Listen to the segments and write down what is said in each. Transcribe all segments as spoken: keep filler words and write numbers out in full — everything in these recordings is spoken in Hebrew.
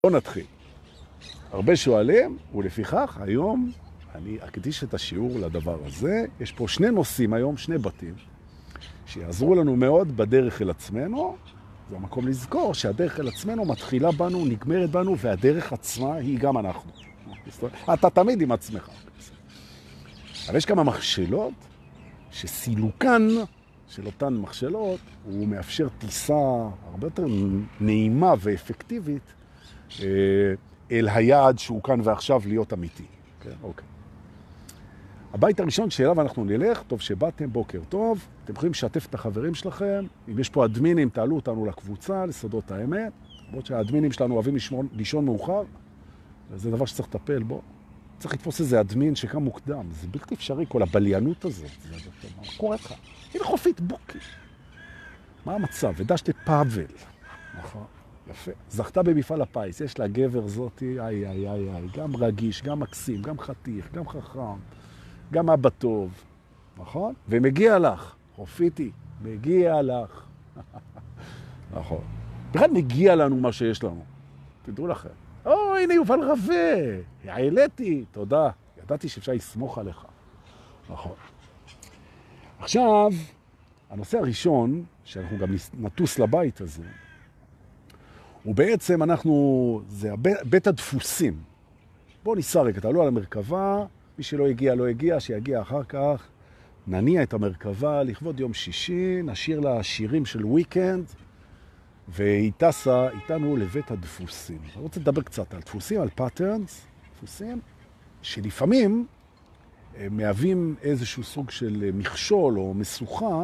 בוא נתחיל. הרבה שואלים, ולפיכך היום אני אקדיש את השיעור לדבר הזה. יש פה שני נושאים היום, שני בתים, שיעזרו לנו מאוד בדרך אל עצמנו. זה המקום לזכור שהדרך אל עצמנו מתחילה בנו, נגמרת בנו, והדרך עצמה היא גם אנחנו. אתה תמיד עם עצמך. אבל יש כמה מכשלות שסילוקן של אותן מכשלות הוא מאפשר טיסה הרבה יותר נעימה ואפקטיבית אל היעד שהוא כאן ועכשיו להיות אמיתי. כן, אוקיי. הבית הראשון שאליו אנחנו נלך, טוב שבאתם, בוקר טוב. אתם יכולים לשתף את החברים שלכם. אם יש פה אדמינים, תעלו אותנו לקבוצה, לסודות האמת. למרות שהאדמינים שלנו אוהבים לישון, לישון מאוחר, וזה דבר שצריך לטפל בו. צריך לתפוס איזה אדמין שקם מוקדם. זה בלתי אפשרי, כל הבליינות הזאת. זה, זה, מה קורה לך? הנה חופית בוקי. מה המצב? ודשת פאבל. נכון. יפה. זכתה במפעל הפיס, יש לה גבר זאתי, איי איי איי איי, גם רגיש, גם מקסים, גם חתיך, גם חכם, גם אבא טוב, נכון? ומגיע לך, חופיתי, מגיע לך. נכון. בכלל מגיע לנו מה שיש לנו. תדעו לכם. או, הנה יובל רווה, העליתי, תודה. ידעתי שאפשר לסמוך עליך. נכון. עכשיו, הנושא הראשון, שאנחנו גם נטוס לבית הזה, ובעצם אנחנו, זה בית הדפוסים. בואו ניסע רגע, תעלו על המרכבה, מי שלא הגיע, לא הגיע, שיגיע אחר כך. נניע את המרכבה לכבוד יום שישי, נשאיר לה שירים של וויקנד, והיא טסה איתנו לבית הדפוסים. אני רוצה לדבר קצת על דפוסים, על פאטרנס, דפוסים, שלפעמים הם מהווים איזשהו סוג של מכשול או מסוכה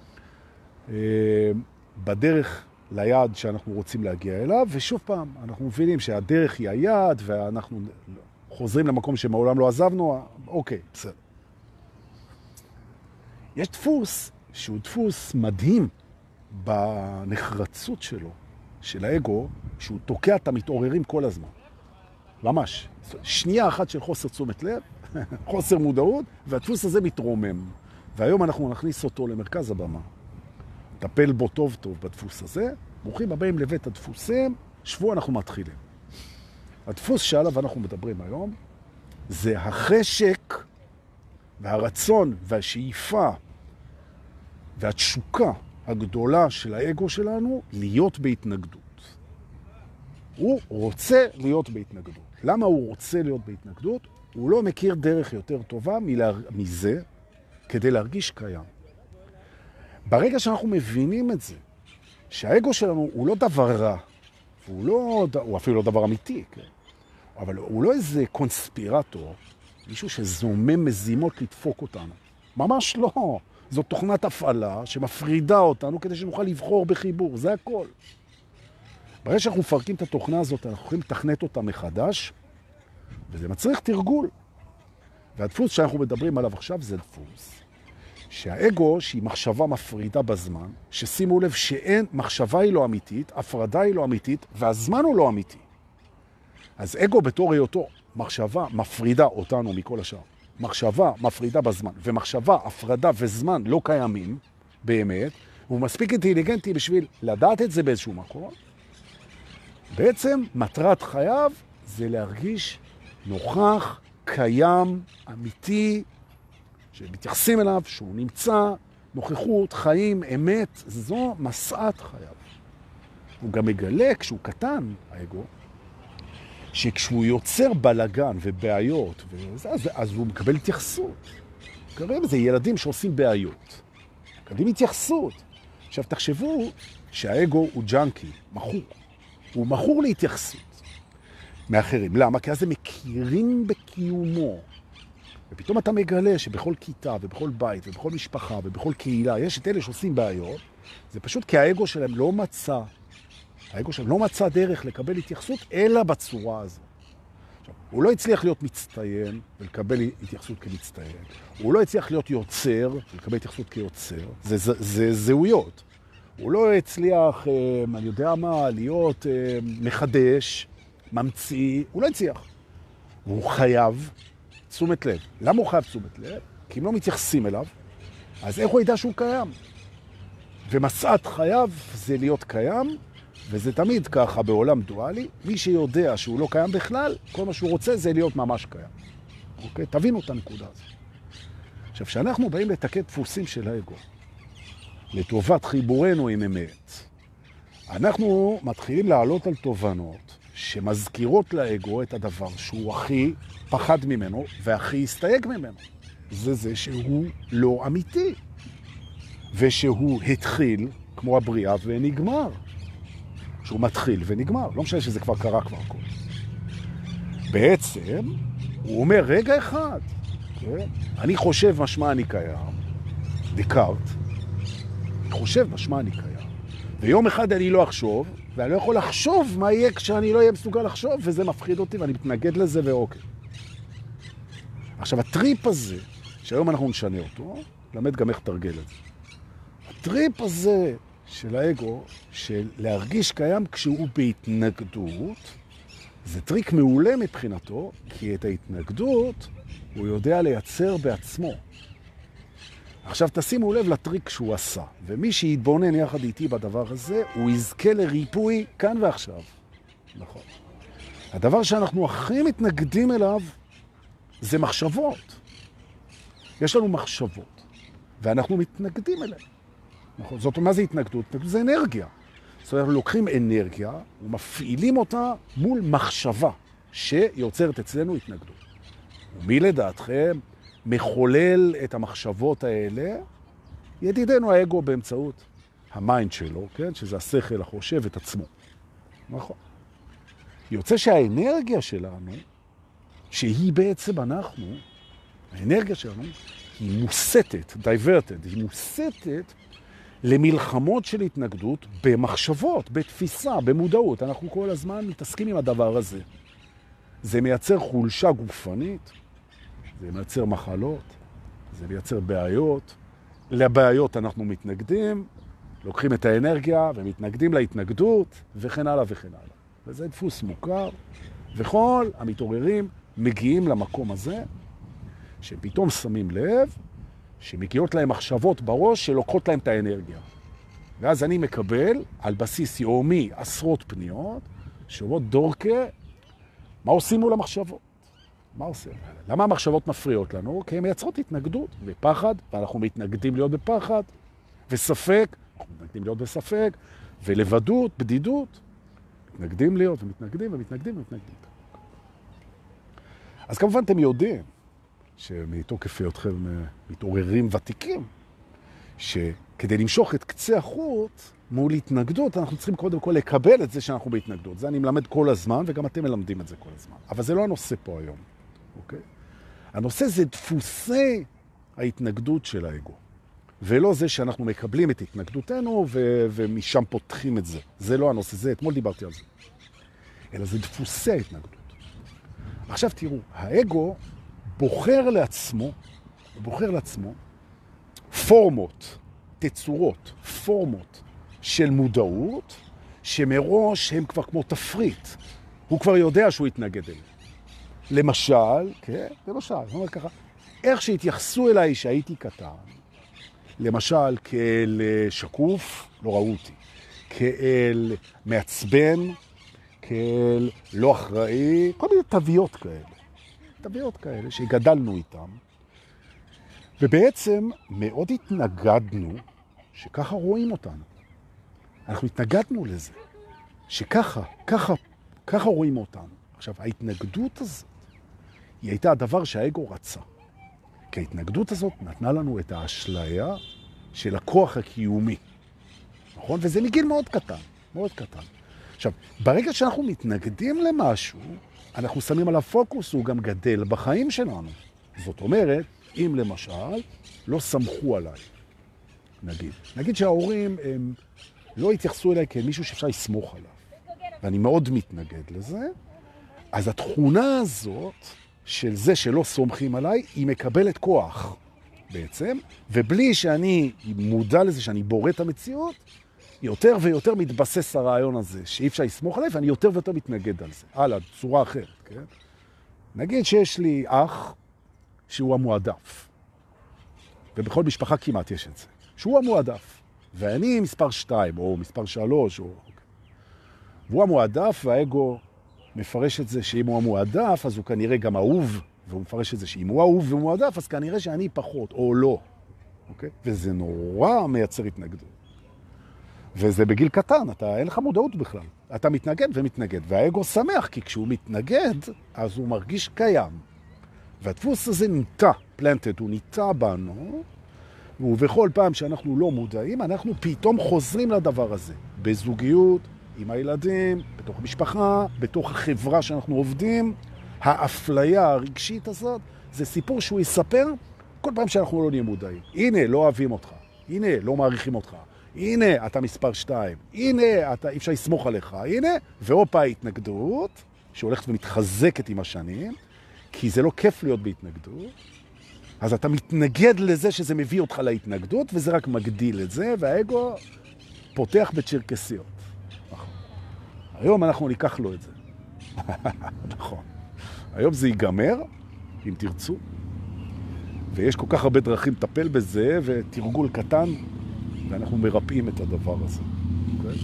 בדרך ליעד שאנחנו רוצים להגיע אליו, ושוב פעם, אנחנו מבינים שהדרך היא היעד, ואנחנו חוזרים למקום שמעולם לא עזבנו, אוקיי, בסדר. יש דפוס שהוא דפוס מדהים בנחרצות שלו, של האגו, שהוא תוקע את המתעוררים כל הזמן. ממש. שנייה אחת של חוסר תשומת לב, חוסר מודעות, והדפוס הזה מתרומם. והיום אנחנו נכניס אותו למרכז הבמה. טפל בו טוב טוב בדפוס הזה. ברוכים הבאים לבית הדפוסים, שבוע אנחנו מתחילים. הדפוס שעליו אנחנו מדברים היום, זה החשק והרצון והשאיפה והתשוקה הגדולה של האגו שלנו להיות בהתנגדות. הוא רוצה להיות בהתנגדות. למה הוא רוצה להיות בהתנגדות? הוא לא מכיר דרך יותר טובה מזה כדי להרגיש קיים. ברגע שאנחנו מבינים את זה, שהאגו שלנו הוא לא דבר רע, הוא, לא, הוא אפילו לא דבר אמיתי, כן? אבל הוא לא איזה קונספירטור, מישהו שזומם מזימות לדפוק אותנו. ממש לא. זו תוכנת הפעלה שמפרידה אותנו כדי שנוכל לבחור בחיבור, זה הכל. ברגע שאנחנו מפרקים את התוכנה הזאת, אנחנו יכולים לתכנת אותה מחדש, וזה מצריך תרגול. והדפוס שאנחנו מדברים עליו עכשיו זה דפוס. שהאגו, שהיא מחשבה מפרידה בזמן, ששימו לב שאין, מחשבה היא לא אמיתית, הפרדה היא לא אמיתית, והזמן הוא לא אמיתי. אז אגו בתור היותו מחשבה מפרידה אותנו מכל השאר. מחשבה מפרידה בזמן, ומחשבה, הפרדה וזמן לא קיימים, באמת, הוא מספיק אינטליגנטי בשביל לדעת את זה באיזשהו מקום. בעצם מטרת חייו זה להרגיש נוכח, קיים, אמיתי, שמתייחסים אליו, שהוא נמצא, נוכחות, חיים, אמת, זו מסעת חייו. הוא גם מגלה, כשהוא קטן, האגו, שכשהוא יוצר בלגן ובעיות, וזה, אז, אז הוא מקבל התייחסות. קוראים לזה ילדים שעושים בעיות. מקבלים התייחסות. עכשיו תחשבו שהאגו הוא ג'אנקי, מחור. הוא מחור להתייחסות מאחרים. למה? כי אז הם מכירים בקיומו. ופתאום אתה מגלה שבכל כיתה ובכל בית ובכל משפחה ובכל קהילה יש את אלה שעושים בעיות. זה פשוט כי האגו שלהם לא מצא, האגו שלהם לא מצא דרך לקבל התייחסות אלא בצורה הזו. עכשיו, הוא לא הצליח להיות מצטיין ולקבל התייחסות כמצטיין. הוא לא הצליח להיות יוצר ולקבל התייחסות כיוצר. זה, זה, זה זהויות. הוא לא הצליח, אני יודע מה, להיות מחדש, ממציא. הוא לא הצליח. הוא חייב תשומת לב. למה הוא חייב תשומת לב? כי אם לא מתייחסים אליו, אז איך הוא ידע שהוא קיים? ומסעת חייו זה להיות קיים, וזה תמיד ככה בעולם דואלי, מי שיודע שהוא לא קיים בכלל, כל מה שהוא רוצה זה להיות ממש קיים. אוקיי? תבינו את הנקודה הזאת. עכשיו, כשאנחנו באים לתקן דפוסים של האגו, לטובת חיבורנו עם אמת, אנחנו מתחילים לעלות על תובנות שמזכירות לאגו את הדבר שהוא הכי פחד ממנו והכי הסתייג ממנו. זה זה שהוא לא אמיתי, ושהוא התחיל כמו הבריאה ונגמר. שהוא מתחיל ונגמר. לא משנה שזה כבר קרה כבר כל. בעצם, הוא אומר, רגע אחד, כן? אני חושב משמע אני קיים, דקארט, אני חושב משמע אני קיים, ויום אחד אני לא אחשוב, ואני לא יכול לחשוב מה יהיה כשאני לא אהיה מסוגל לחשוב, וזה מפחיד אותי ואני מתנגד לזה ואוקיי. עכשיו, הטריפ הזה, שהיום אנחנו נשנה אותו, למד גם איך תרגל את זה. הטריפ הזה של האגו, של להרגיש קיים כשהוא בהתנגדות, זה טריק מעולה מבחינתו, כי את ההתנגדות הוא יודע לייצר בעצמו. עכשיו תשימו לב לטריק שהוא עשה, ומי שיתבונן יחד איתי בדבר הזה, הוא יזכה לריפוי כאן ועכשיו. נכון. הדבר שאנחנו הכי מתנגדים אליו, זה מחשבות. יש לנו מחשבות, ואנחנו מתנגדים אליהן. נכון. זאת אומרת, מה זה התנגדות? התנגדות זה אנרגיה. זאת אומרת, אנחנו לוקחים אנרגיה ומפעילים אותה מול מחשבה שיוצרת אצלנו התנגדות. ומי לדעתכם מחולל את המחשבות האלה? ידידנו האגו באמצעות המיינד שלו, כן? שזה השכל החושב את עצמו. נכון. יוצא שהאנרגיה שלנו, שהיא בעצם אנחנו, האנרגיה שלנו היא מוסתת, diverted, היא מוסתת למלחמות של התנגדות במחשבות, בתפיסה, במודעות. אנחנו כל הזמן מתעסקים עם הדבר הזה. זה מייצר חולשה גופנית, זה מייצר מחלות, זה מייצר בעיות. לבעיות אנחנו מתנגדים, לוקחים את האנרגיה ומתנגדים להתנגדות, וכן הלאה וכן הלאה. וזה דפוס מוכר, וכל המתעוררים מגיעים למקום הזה, שפתאום שמים לב, שמגיעות להם מחשבות בראש שלוקחות להם את האנרגיה. ואז אני מקבל על בסיס יומי עשרות פניות, שאומרות דורקה, מה עושים מול המחשבות? מה עושים? למה המחשבות מפריעות לנו? כי הן מייצרות התנגדות ופחד, ואנחנו מתנגדים להיות בפחד, וספק, אנחנו מתנגדים להיות בספק, ולבדות, בדידות, מתנגדים להיות ומתנגדים ומתנגדים ומתנגדים. אז כמובן אתם יודעים, שמתוקף היותכם מתעוררים ותיקים, שכדי למשוך את קצה החוט מול התנגדות, אנחנו צריכים קודם כל לקבל את זה שאנחנו בהתנגדות. זה אני מלמד כל הזמן, וגם אתם מלמדים את זה כל הזמן. אבל זה לא הנושא פה היום, אוקיי? הנושא זה דפוסי ההתנגדות של האגו, ולא זה שאנחנו מקבלים את התנגדותנו ו- ומשם פותחים את זה. זה לא הנושא, זה אתמול דיברתי על זה. אלא זה דפוסי ההתנגדות. עכשיו תראו, האגו בוחר לעצמו, בוחר לעצמו פורמות, תצורות, פורמות של מודעות, שמראש הם כבר כמו תפריט. הוא כבר יודע שהוא יתנגד אליהם. למשל, כן, למשל, זאת אומרת ככה, איך שהתייחסו אליי שהייתי קטן, למשל כאל שקוף, לא ראו אותי, כאל מעצבן, כאל לא אחראי, כל מיני תוויות כאלה. תוויות כאלה שגדלנו איתם, ובעצם מאוד התנגדנו שככה רואים אותנו. אנחנו התנגדנו לזה, שככה, ככה, ככה רואים אותנו. עכשיו, ההתנגדות הזאת, היא הייתה הדבר שהאגו רצה. כי ההתנגדות הזאת נתנה לנו את האשליה של הכוח הקיומי. נכון? וזה מגיל מאוד קטן, מאוד קטן. עכשיו, ברגע שאנחנו מתנגדים למשהו, אנחנו שמים עליו פוקוס, הוא גם גדל בחיים שלנו. זאת אומרת, אם למשל לא סמכו עליי, נגיד. נגיד שההורים הם לא התייחסו אליי כמישהו שאפשר לסמוך עליו. ואני מאוד מתנגד לזה. אז התכונה הזאת של זה שלא סומכים עליי, היא מקבלת כוח בעצם, ובלי שאני מודע לזה שאני בורא את המציאות, יותר ויותר מתבסס הרעיון הזה, שאי אפשר לסמוך עליי, ואני יותר ויותר מתנגד על זה. הלאה, צורה אחרת, כן? נגיד שיש לי אח שהוא המועדף, ובכל משפחה כמעט יש את זה, שהוא המועדף, ואני מספר שתיים, או מספר שלוש, או... והוא המועדף, והאגו מפרש את זה שאם הוא המועדף, אז הוא כנראה גם אהוב, והוא מפרש את זה שאם הוא אהוב והוא מועדף, אז כנראה שאני פחות, או לא. אוקיי? וזה נורא מייצר התנגדות. וזה בגיל קטן, אתה, אין לך מודעות בכלל. אתה מתנגד ומתנגד, והאגו שמח, כי כשהוא מתנגד, אז הוא מרגיש קיים. והדפוס הזה ניטה, פלנטד, הוא ניטה בנו, ובכל פעם שאנחנו לא מודעים, אנחנו פתאום חוזרים לדבר הזה. בזוגיות, עם הילדים, בתוך משפחה, בתוך החברה שאנחנו עובדים, האפליה הרגשית הזאת, זה סיפור שהוא יספר כל פעם שאנחנו לא נהיה מודעים. הנה, לא אוהבים אותך. הנה, לא מעריכים אותך. הנה, אתה מספר שתיים. הנה, אתה, אי אפשר לסמוך עליך. הנה, ואופה ההתנגדות, שהולכת ומתחזקת עם השנים, כי זה לא כיף להיות בהתנגדות. אז אתה מתנגד לזה שזה מביא אותך להתנגדות, וזה רק מגדיל את זה, והאגו פותח בצ'רקסיות. נכון. היום אנחנו ניקח לו את זה. נכון. היום זה ייגמר, אם תרצו, ויש כל כך הרבה דרכים לטפל בזה, ותרגול קטן, ואנחנו מרפאים את הדבר הזה. Okay?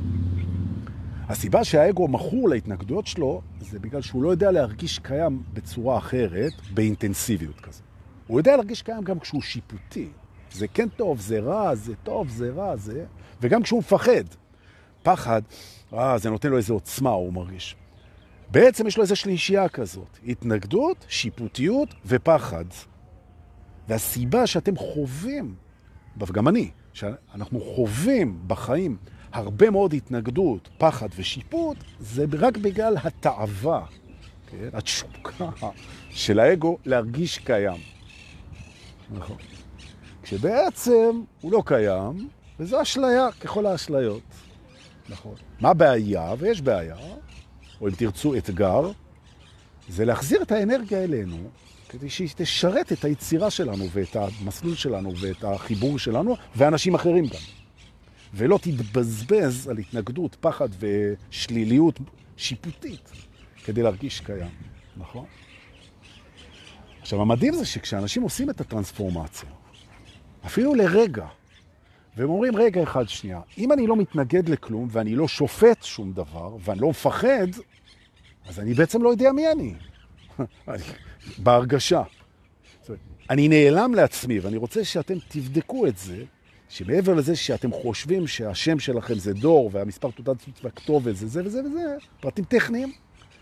הסיבה שהאגו מכור להתנגדויות שלו, זה בגלל שהוא לא יודע להרגיש קיים בצורה אחרת, באינטנסיביות כזו. הוא יודע להרגיש קיים גם כשהוא שיפוטי. זה כן טוב, זה רע, זה טוב, זה רע, זה... וגם כשהוא מפחד. פחד, אה, זה נותן לו איזו עוצמה, הוא מרגיש. בעצם יש לו איזו שלישייה כזאת. התנגדות, שיפוטיות ופחד. והסיבה שאתם חווים, וגם אני, שאנחנו חווים בחיים הרבה מאוד התנגדות, פחד ושיפוט, זה רק בגלל התאווה, כן? התשוקה של האגו להרגיש קיים. נכון. כשבעצם הוא לא קיים, וזו אשליה ככל האשליות. נכון. מה בעיה? ויש בעיה, או אם תרצו אתגר, זה להחזיר את האנרגיה אלינו, כדי שהיא תשרת את היצירה שלנו, ואת המסלול שלנו, ואת החיבור שלנו, ואנשים אחרים גם. ולא תתבזבז על התנגדות, פחד ושליליות שיפוטית, כדי להרגיש קיים. נכון? עכשיו, המדהים זה שכשאנשים עושים את הטרנספורמציה, אפילו לרגע, והם אומרים, רגע אחד שנייה, אם אני לא מתנגד לכלום, ואני לא שופט שום דבר, ואני לא מפחד, אז אני בעצם לא יודע מי אני. בהרגשה. אני נעלם לעצמי, ואני רוצה שאתם תבדקו את זה, שמעבר לזה שאתם חושבים שהשם שלכם זה דור, והמספר תעודת זהות והכתובת זה זה וזה וזה, פרטים טכניים.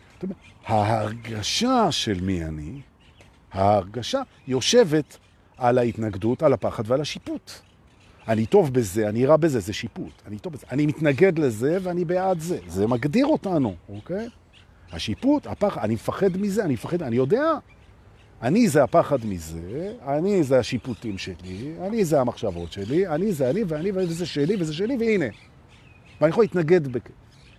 ההרגשה של מי אני, ההרגשה יושבת על ההתנגדות, על הפחד ועל השיפוט. אני טוב בזה, אני רע בזה, זה שיפוט. אני טוב בזה. אני מתנגד לזה ואני בעד זה. זה מגדיר אותנו, אוקיי? השיפוט, הפחד, אני מפחד מזה, אני מפחד, אני יודע. אני זה הפחד מזה, אני זה השיפוטים שלי, אני זה המחשבות שלי, אני זה אני ואני וזה שלי וזה שלי, והנה. ואני יכול להתנגד בכך.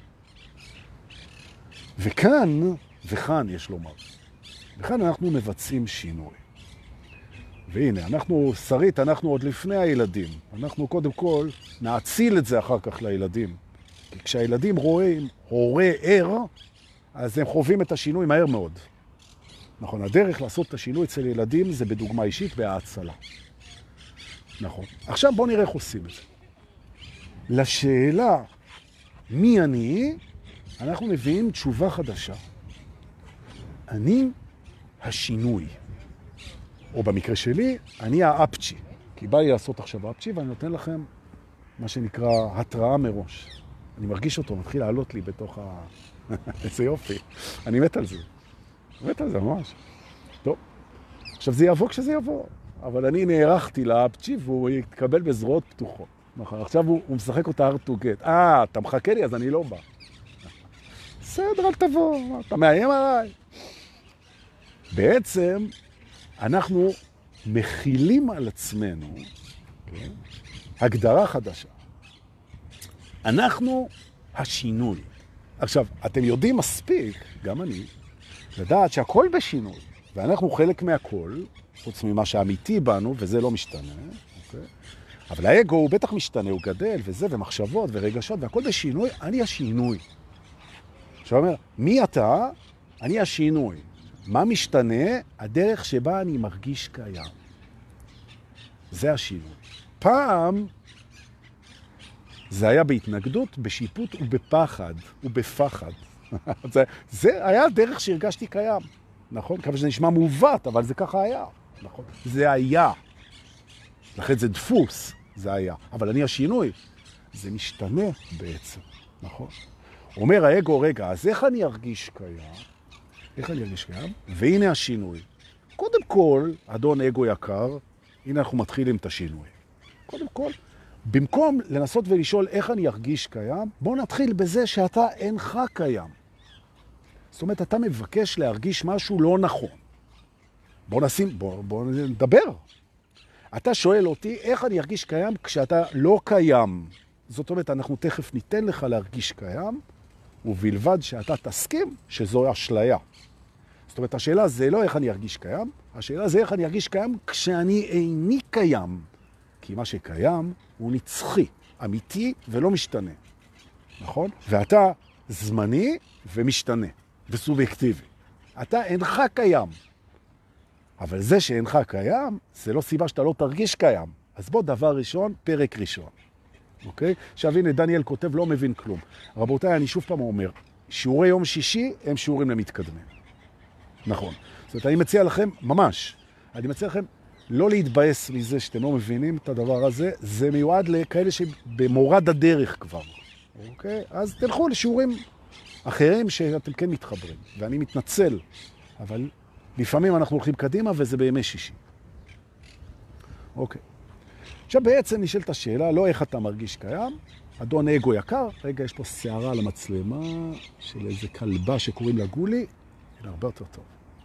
וכאן, וכאן יש לומר, וכאן אנחנו מבצעים שינוי. והנה, אנחנו, שרית, אנחנו עוד לפני הילדים. אנחנו קודם כל נאציל את זה אחר כך לילדים. כי כשהילדים רואים הורה ער, אז הם חווים את השינוי מהר מאוד. נכון, הדרך לעשות את השינוי אצל ילדים זה בדוגמה אישית בהאצלה. נכון. עכשיו בואו נראה איך עושים את זה. לשאלה מי אני, אנחנו מביאים תשובה חדשה. אני השינוי. או במקרה שלי, אני האפצ'י. כי בא לי לעשות עכשיו אפצ'י, ואני נותן לכם מה שנקרא התראה מראש. אני מרגיש אותו, מתחיל לעלות לי בתוך ה... איזה יופי. אני מת על זה. מת על זה ממש. טוב. עכשיו זה יבוא כשזה יבוא. אבל אני נערכתי לאפצ'י, והוא יתקבל בזרועות פתוחות. נכון. עכשיו הוא, הוא משחק אותה hard to get. אה, אתה מחכה לי, אז אני לא בא. בסדר, אל תבוא. אתה מאיים עליי. בעצם, אנחנו מכילים על עצמנו, כן? הגדרה חדשה. אנחנו השינוי. עכשיו, אתם יודעים מספיק, גם אני, לדעת שהכל בשינוי, ואנחנו חלק מהכל, חוץ ממה שאמיתי בנו, וזה לא משתנה, אוקיי? אבל האגו הוא בטח משתנה, הוא גדל, וזה, ומחשבות, ורגשות, והכל בשינוי, אני השינוי. עכשיו אומר, מי אתה? אני השינוי. מה משתנה? הדרך שבה אני מרגיש קיים. זה השינוי. פעם זה היה בהתנגדות, בשיפוט ובפחד, ובפחד. זה, זה היה הדרך שהרגשתי קיים, נכון? כמה שזה נשמע מעוות, אבל זה ככה היה, נכון? זה היה. לכן זה דפוס, זה היה. אבל אני השינוי, זה משתנה בעצם, נכון? אומר האגו, רגע, אז איך אני ארגיש קיים? איך אני ארגיש קיים? והנה השינוי. קודם כל, אדון אגו יקר, הנה אנחנו מתחילים את השינוי. קודם כל, במקום לנסות ולשאול איך אני ארגיש קיים, בוא נתחיל בזה שאתה אינך קיים. זאת אומרת, אתה מבקש להרגיש משהו לא נכון. בוא נשים, בוא, בוא נדבר. אתה שואל אותי איך אני ארגיש קיים כשאתה לא קיים. זאת אומרת, אנחנו תכף ניתן לך להרגיש קיים, ובלבד שאתה תסכים שזו אשליה. זאת אומרת, השאלה זה לא איך אני ארגיש קיים, השאלה זה איך אני ארגיש קיים כשאני איני קיים. כי מה שקיים הוא נצחי, אמיתי ולא משתנה. נכון? ואתה זמני ומשתנה, וסובייקטיבי. אתה אינך קיים. אבל זה שאינך קיים, זה לא סיבה שאתה לא תרגיש קיים. אז בוא דבר ראשון, פרק ראשון. אוקיי? עכשיו הנה, דניאל כותב, לא מבין כלום. רבותיי, אני שוב פעם אומר, שיעורי יום שישי הם שיעורים למתקדמים. נכון. זאת אומרת, אני מציע לכם, ממש, אני מציע לכם לא להתבאס מזה שאתם לא מבינים את הדבר הזה, זה מיועד לכאלה שבמורד הדרך כבר. אוקיי? אז תלכו לשיעורים אחרים שאתם כן מתחברים. ואני מתנצל, אבל לפעמים אנחנו הולכים קדימה וזה בימי שישי. אוקיי. עכשיו בעצם נשאלת השאלה, לא איך אתה מרגיש קיים, אדון אגו יקר, רגע יש פה שערה על המצלמה של איזה כלבה שקוראים לה גולי, זה הרבה יותר טוב.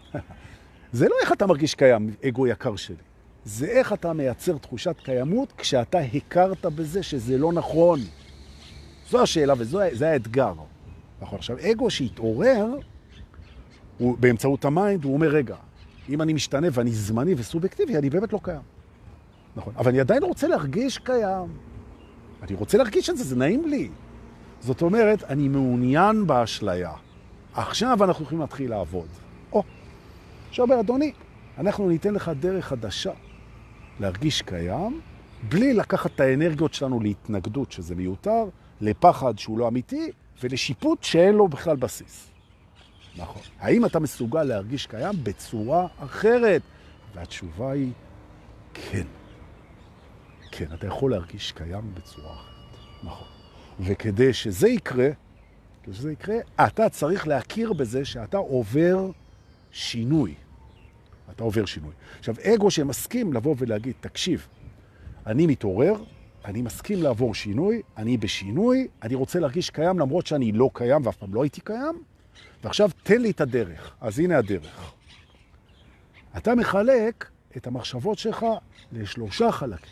זה לא איך אתה מרגיש קיים, אגו יקר שלי. זה איך אתה מייצר תחושת קיימות כשאתה הכרת בזה שזה לא נכון. זו השאלה וזה האתגר. נכון, עכשיו אגו שהתעורר, הוא, באמצעות המיינד, הוא אומר רגע, אם אני משתנה ואני זמני וסובייקטיבי, אני באמת לא קיים. נכון, אבל אני עדיין רוצה להרגיש קיים. אני רוצה להרגיש את זה, זה נעים לי. זאת אומרת, אני מעוניין באשליה. עכשיו אנחנו יכולים להתחיל לעבוד. או, עכשיו אומר, אדוני, אנחנו ניתן לך דרך חדשה להרגיש קיים, בלי לקחת את האנרגיות שלנו להתנגדות, שזה מיותר, לפחד שהוא לא אמיתי, ולשיפוט שאין לו בכלל בסיס. נכון. האם אתה מסוגל להרגיש קיים בצורה אחרת? והתשובה היא כן. כן, אתה יכול להרגיש קיים בצורה אחרת. נכון. וכדי שזה יקרה, כדי שזה יקרה, אתה צריך להכיר בזה שאתה עובר שינוי. אתה עובר שינוי. עכשיו, אגו שמסכים לבוא ולהגיד, תקשיב, אני מתעורר, אני מסכים לעבור שינוי, אני בשינוי, אני רוצה להרגיש קיים למרות שאני לא קיים ואף פעם לא הייתי קיים, ועכשיו תן לי את הדרך. אז הנה הדרך. אתה מחלק את המחשבות שלך לשלושה חלקים.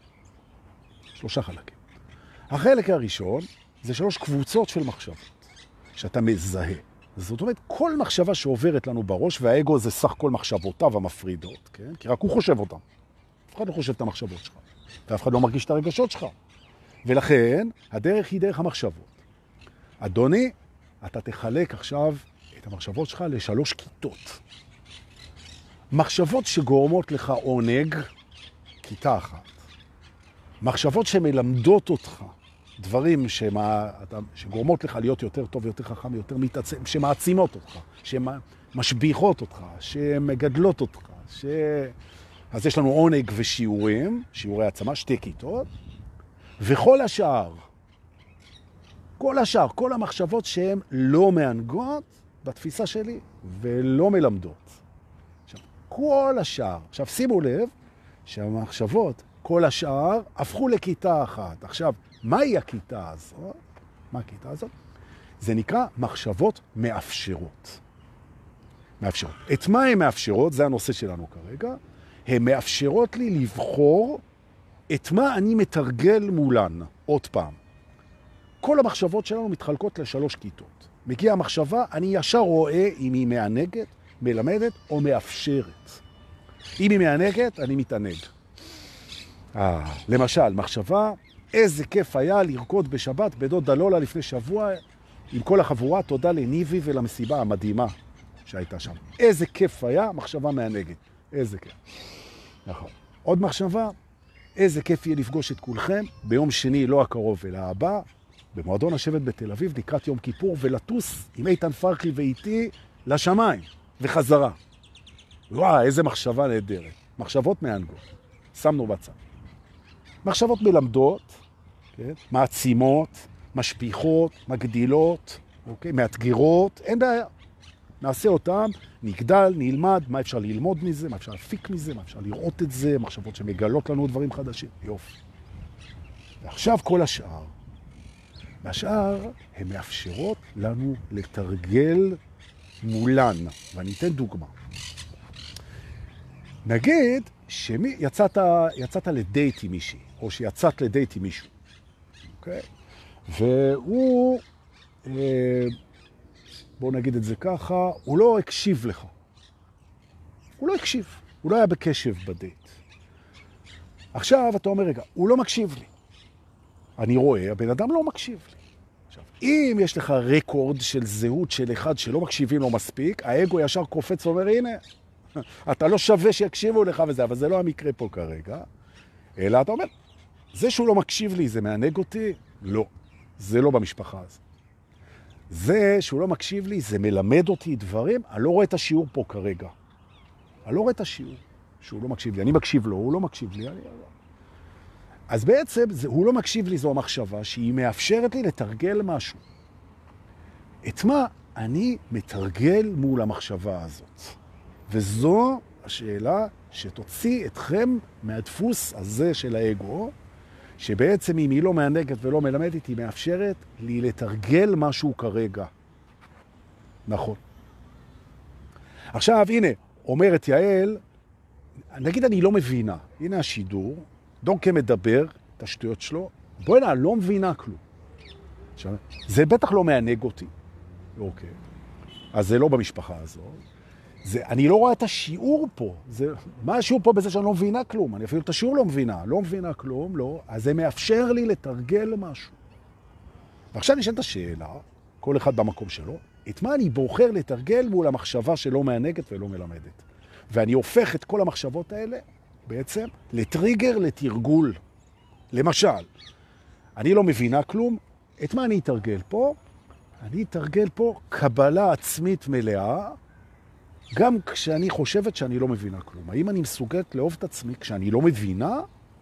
שלושה חלקים. החלק הראשון זה שלוש קבוצות של מחשבות שאתה מזהה. זאת אומרת, כל מחשבה שעוברת לנו בראש, והאגו זה סך כל מחשבותיו המפרידות, כן? כי רק הוא חושב אותם. אף אחד לא חושב את המחשבות שלך, ואף אחד לא מרגיש את הרגשות שלך. ולכן, הדרך היא דרך המחשבות. אדוני, אתה תחלק עכשיו את המחשבות שלך לשלוש כיתות. מחשבות שגורמות לך עונג, כיתה אחת. מחשבות שמלמדות אותך, דברים שמה, שגורמות לך להיות יותר טוב, יותר חכם, יותר מתעצם, שמעצימות אותך, שמשביחות אותך, שמגדלות אותך. ש... אז יש לנו עונג ושיעורים, שיעורי עצמה, שתי כיתות, וכל השאר, כל השאר, כל המחשבות שהן לא מענגות בתפיסה שלי ולא מלמדות. עכשיו, כל השאר, עכשיו שימו לב שהמחשבות, כל השאר, הפכו לכיתה אחת. עכשיו, מהי הכיתה הזאת? מה הכיתה הזאת? זה נקרא מחשבות מאפשרות. מאפשרות. את מה הן מאפשרות? זה הנושא שלנו כרגע. הן מאפשרות לי לבחור את מה אני מתרגל מולן. עוד פעם. כל המחשבות שלנו מתחלקות לשלוש כיתות. מגיעה המחשבה, אני ישר רואה אם היא מענגת, מלמדת או מאפשרת. אם היא מענגת, אני מתענג. אה, למשל, מחשבה, איזה כיף היה לרקוד בשבת בדוד דלולה לפני שבוע עם כל החבורה, תודה לניבי ולמסיבה המדהימה שהייתה שם. איזה כיף היה, מחשבה מענגת. איזה כיף. נכון. עוד מחשבה, איזה כיף יהיה לפגוש את כולכם ביום שני, לא הקרוב אלא הבא, במועדון השבט בתל אביב, לקראת יום כיפור, ולטוס עם איתן פרחי ואיתי לשמיים וחזרה. וואו, איזה מחשבה נהדרת. מחשבות מהנגות. שמנו בצד. מחשבות מלמדות, כן? מעצימות, משפיחות, מגדילות, אוקיי? מאתגרות, אין בעיה. נעשה אותם, נגדל, נלמד, מה אפשר ללמוד מזה, מה אפשר להפיק מזה, מה אפשר לראות את זה, מחשבות שמגלות לנו דברים חדשים. יופי. ועכשיו כל השאר. והשאר הן מאפשרות לנו לתרגל מולן. ואני אתן דוגמה. נגיד שיצאת יצאת לדייט עם מישהי, או שיצאת לדייט עם מישהו. אוקיי? והוא, אה, בואו נגיד את זה ככה, הוא לא הקשיב לך. הוא לא הקשיב. הוא לא היה בקשב בדייט. עכשיו אתה אומר, רגע, הוא לא מקשיב לי. אני רואה, הבן אדם לא מקשיב לי. עכשיו, אם יש לך רקורד של זהות של אחד שלא מקשיבים לו מספיק, האגו ישר קופץ ואומר, הנה, אתה לא שווה שיקשיבו לך וזה, אבל זה לא המקרה פה כרגע. אלא אתה אומר, זה שהוא לא מקשיב לי, זה מענג אותי? לא. זה לא במשפחה הזאת. זה שהוא לא מקשיב לי, זה מלמד אותי דברים, אני לא רואה את השיעור פה כרגע. אני לא רואה את השיעור שהוא לא מקשיב לי. אני מקשיב לו, הוא לא מקשיב לי. אני... אז בעצם, זה, הוא לא מקשיב לי, זו המחשבה שהיא מאפשרת לי לתרגל משהו. את מה אני מתרגל מול המחשבה הזאת? וזו השאלה שתוציא אתכם מהדפוס הזה של האגו, שבעצם אם היא לא מענגת ולא מלמדת, היא מאפשרת לי לתרגל משהו כרגע. נכון. עכשיו, הנה, אומרת יעל, נגיד אני לא מבינה, הנה השידור, דונקה מדבר, את השטויות שלו, בואי נה, לא מבינה כלום. עכשיו, זה בטח לא מענג אותי. אוקיי. אז זה לא במשפחה הזו. זה, אני לא רואה את השיעור פה. זה, מה השיעור פה בזה שאני לא מבינה כלום? אני אפילו את השיעור לא מבינה. לא מבינה כלום, לא. אז זה מאפשר לי לתרגל משהו. ועכשיו נשאלת השאלה, כל אחד במקום שלו, את מה אני בוחר לתרגל מול המחשבה שלא מענגת ולא מלמדת. ואני הופך את כל המחשבות האלה בעצם לטריגר, לתרגול. למשל, אני לא מבינה כלום, את מה אני אתרגל פה? אני אתרגל פה קבלה עצמית מלאה, גם כשאני חושבת שאני לא מבינה כלום. האם אני מסוגלת לאהוב את עצמי כשאני לא מבינה?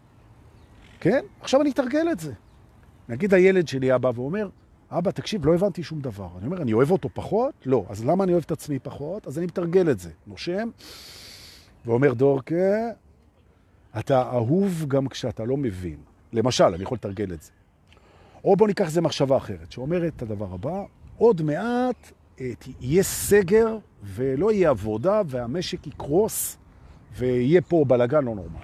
כן? עכשיו אני אתרגל את זה. נגיד הילד שלי אבא ואומר, אבא, תקשיב, לא הבנתי שום דבר. אני אומר, אני אוהב אותו פחות? לא. אז למה אני אוהב את עצמי פחות? אז אני מתרגל את זה. נושם, ואומר דורקה, אתה אהוב גם כשאתה לא מבין. למשל, אני יכול לתרגל את זה. או בוא ניקח זה מחשבה אחרת, שאומרת את הדבר הבא, עוד מעט יהיה סגר ולא יהיה עבודה והמשק יקרוס ויהיה פה בלגן לא נורמלי.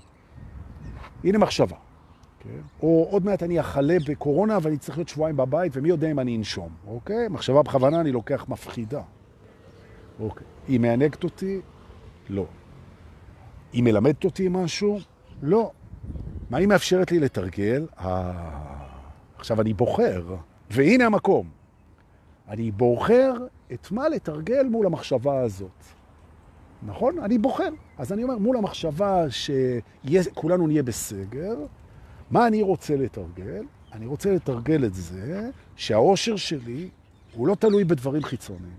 הנה מחשבה. Okay. או עוד מעט אני אחלה בקורונה ואני צריך להיות שבועיים בבית ומי יודע אם אני אנשום. אוקיי? Okay? מחשבה בכוונה אני לוקח מפחידה. אוקיי. Okay. היא מענגת אותי? לא. היא מלמדת אותי משהו? לא. מה היא מאפשרת לי לתרגל? אה... עכשיו אני בוחר, והנה המקום. אני בוחר את מה לתרגל מול המחשבה הזאת. נכון? אני בוחר. אז אני אומר, מול המחשבה שכולנו נהיה בסגר, מה אני רוצה לתרגל? אני רוצה לתרגל את זה שהאושר שלי הוא לא תלוי בדברים חיצוניים.